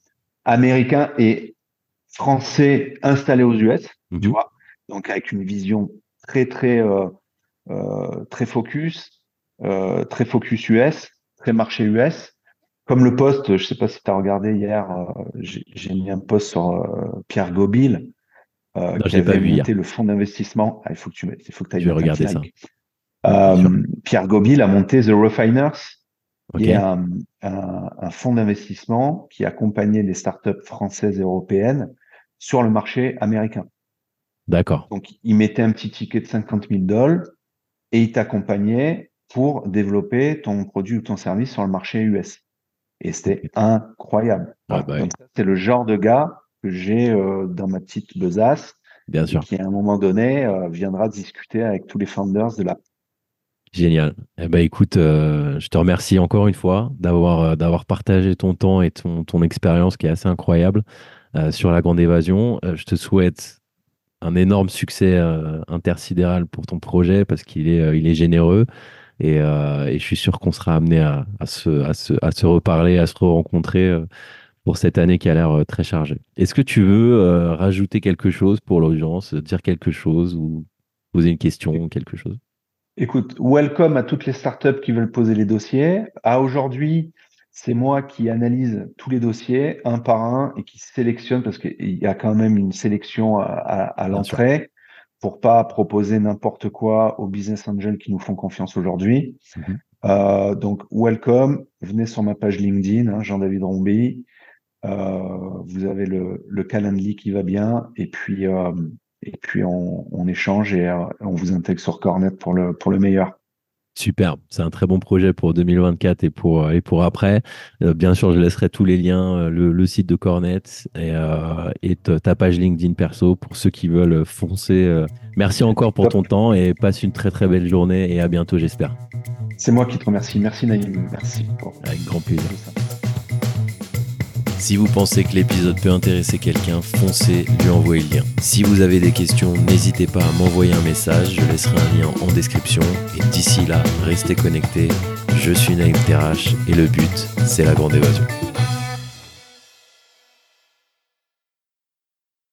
américain et français installés aux U S, Mhm. tu vois. Donc avec une vision très très euh, euh, très focus, euh, très focus U S, très marché U S. Comme le post, je sais pas si tu as regardé hier, euh, j'ai j'ai mis un post sur euh, Pierre Gobil, euh, Non, je qui l'ai pas avait vu hier. monté le fonds d'investissement. Ah, il faut que tu mettes, il faut que tu ailles Je vais mettre un petit regarder ça. like. Bien sûr. Euh, Pierre Gobil a monté The Refiners, Ok. qui est un, un, un fonds d'investissement qui accompagnait les startups françaises et européennes sur le marché américain. D'accord. Donc, il mettait un petit ticket de cinquante mille dollars et il t'accompagnait pour développer ton produit ou ton service sur le marché U S. Et c'était Ok. incroyable. Ah Voilà. bah oui, Donc, ça, c'est le genre de gars que j'ai euh, dans ma petite besace bien et sûr. qui, à un moment donné, euh, viendra discuter avec tous les founders de la. Génial. Eh ben, écoute, euh, je te remercie encore une fois d'avoir euh, d'avoir partagé ton temps et ton, ton expérience qui est assez incroyable euh, sur la Grande Évasion. Euh, je te souhaite un énorme succès euh, intersidéral pour ton projet parce qu'il est, euh, il est généreux et, euh, et je suis sûr qu'on sera amené à, à se, à se, à se reparler, à se rencontrer euh, pour cette année qui a l'air euh, très chargée. Est-ce que tu veux euh, rajouter quelque chose pour l'audience, dire quelque chose ou poser une question, quelque chose? Écoute, welcome à toutes les startups qui veulent poser les dossiers. À aujourd'hui, c'est moi qui analyse tous les dossiers un par un et qui sélectionne parce qu'il y a quand même une sélection à, à, à Bien sûr. l'entrée pour pas proposer n'importe quoi aux business angels qui nous font confiance aujourd'hui. Mhm. Euh, donc, welcome. Venez sur ma page LinkedIn, hein, Jean-David Rombi. Euh, vous avez le, le Calendly qui va bien et puis euh, et puis on, on échange et euh, on vous intègre sur Cornet pour le pour le meilleur. Super, c'est un très bon projet pour deux mille vingt-quatre et pour, euh, et pour après. Euh, bien sûr, je laisserai tous les liens, euh, le, le site de Cornet et, euh, et ta ta page LinkedIn perso pour ceux qui veulent foncer. euh. Merci encore pour ton Top. temps et passe une très très belle journée et à bientôt, j'espère. C'est moi qui te remercie. Merci Naïm. Merci pour Avec grand plaisir. tout ça. Si vous pensez que l'épisode peut intéresser quelqu'un, foncez, lui envoyez le lien. Si vous avez des questions, n'hésitez pas à m'envoyer un message, je laisserai un lien en description. Et d'ici là, restez connectés. Je suis Naïm Terrache et le but, c'est la grande évasion.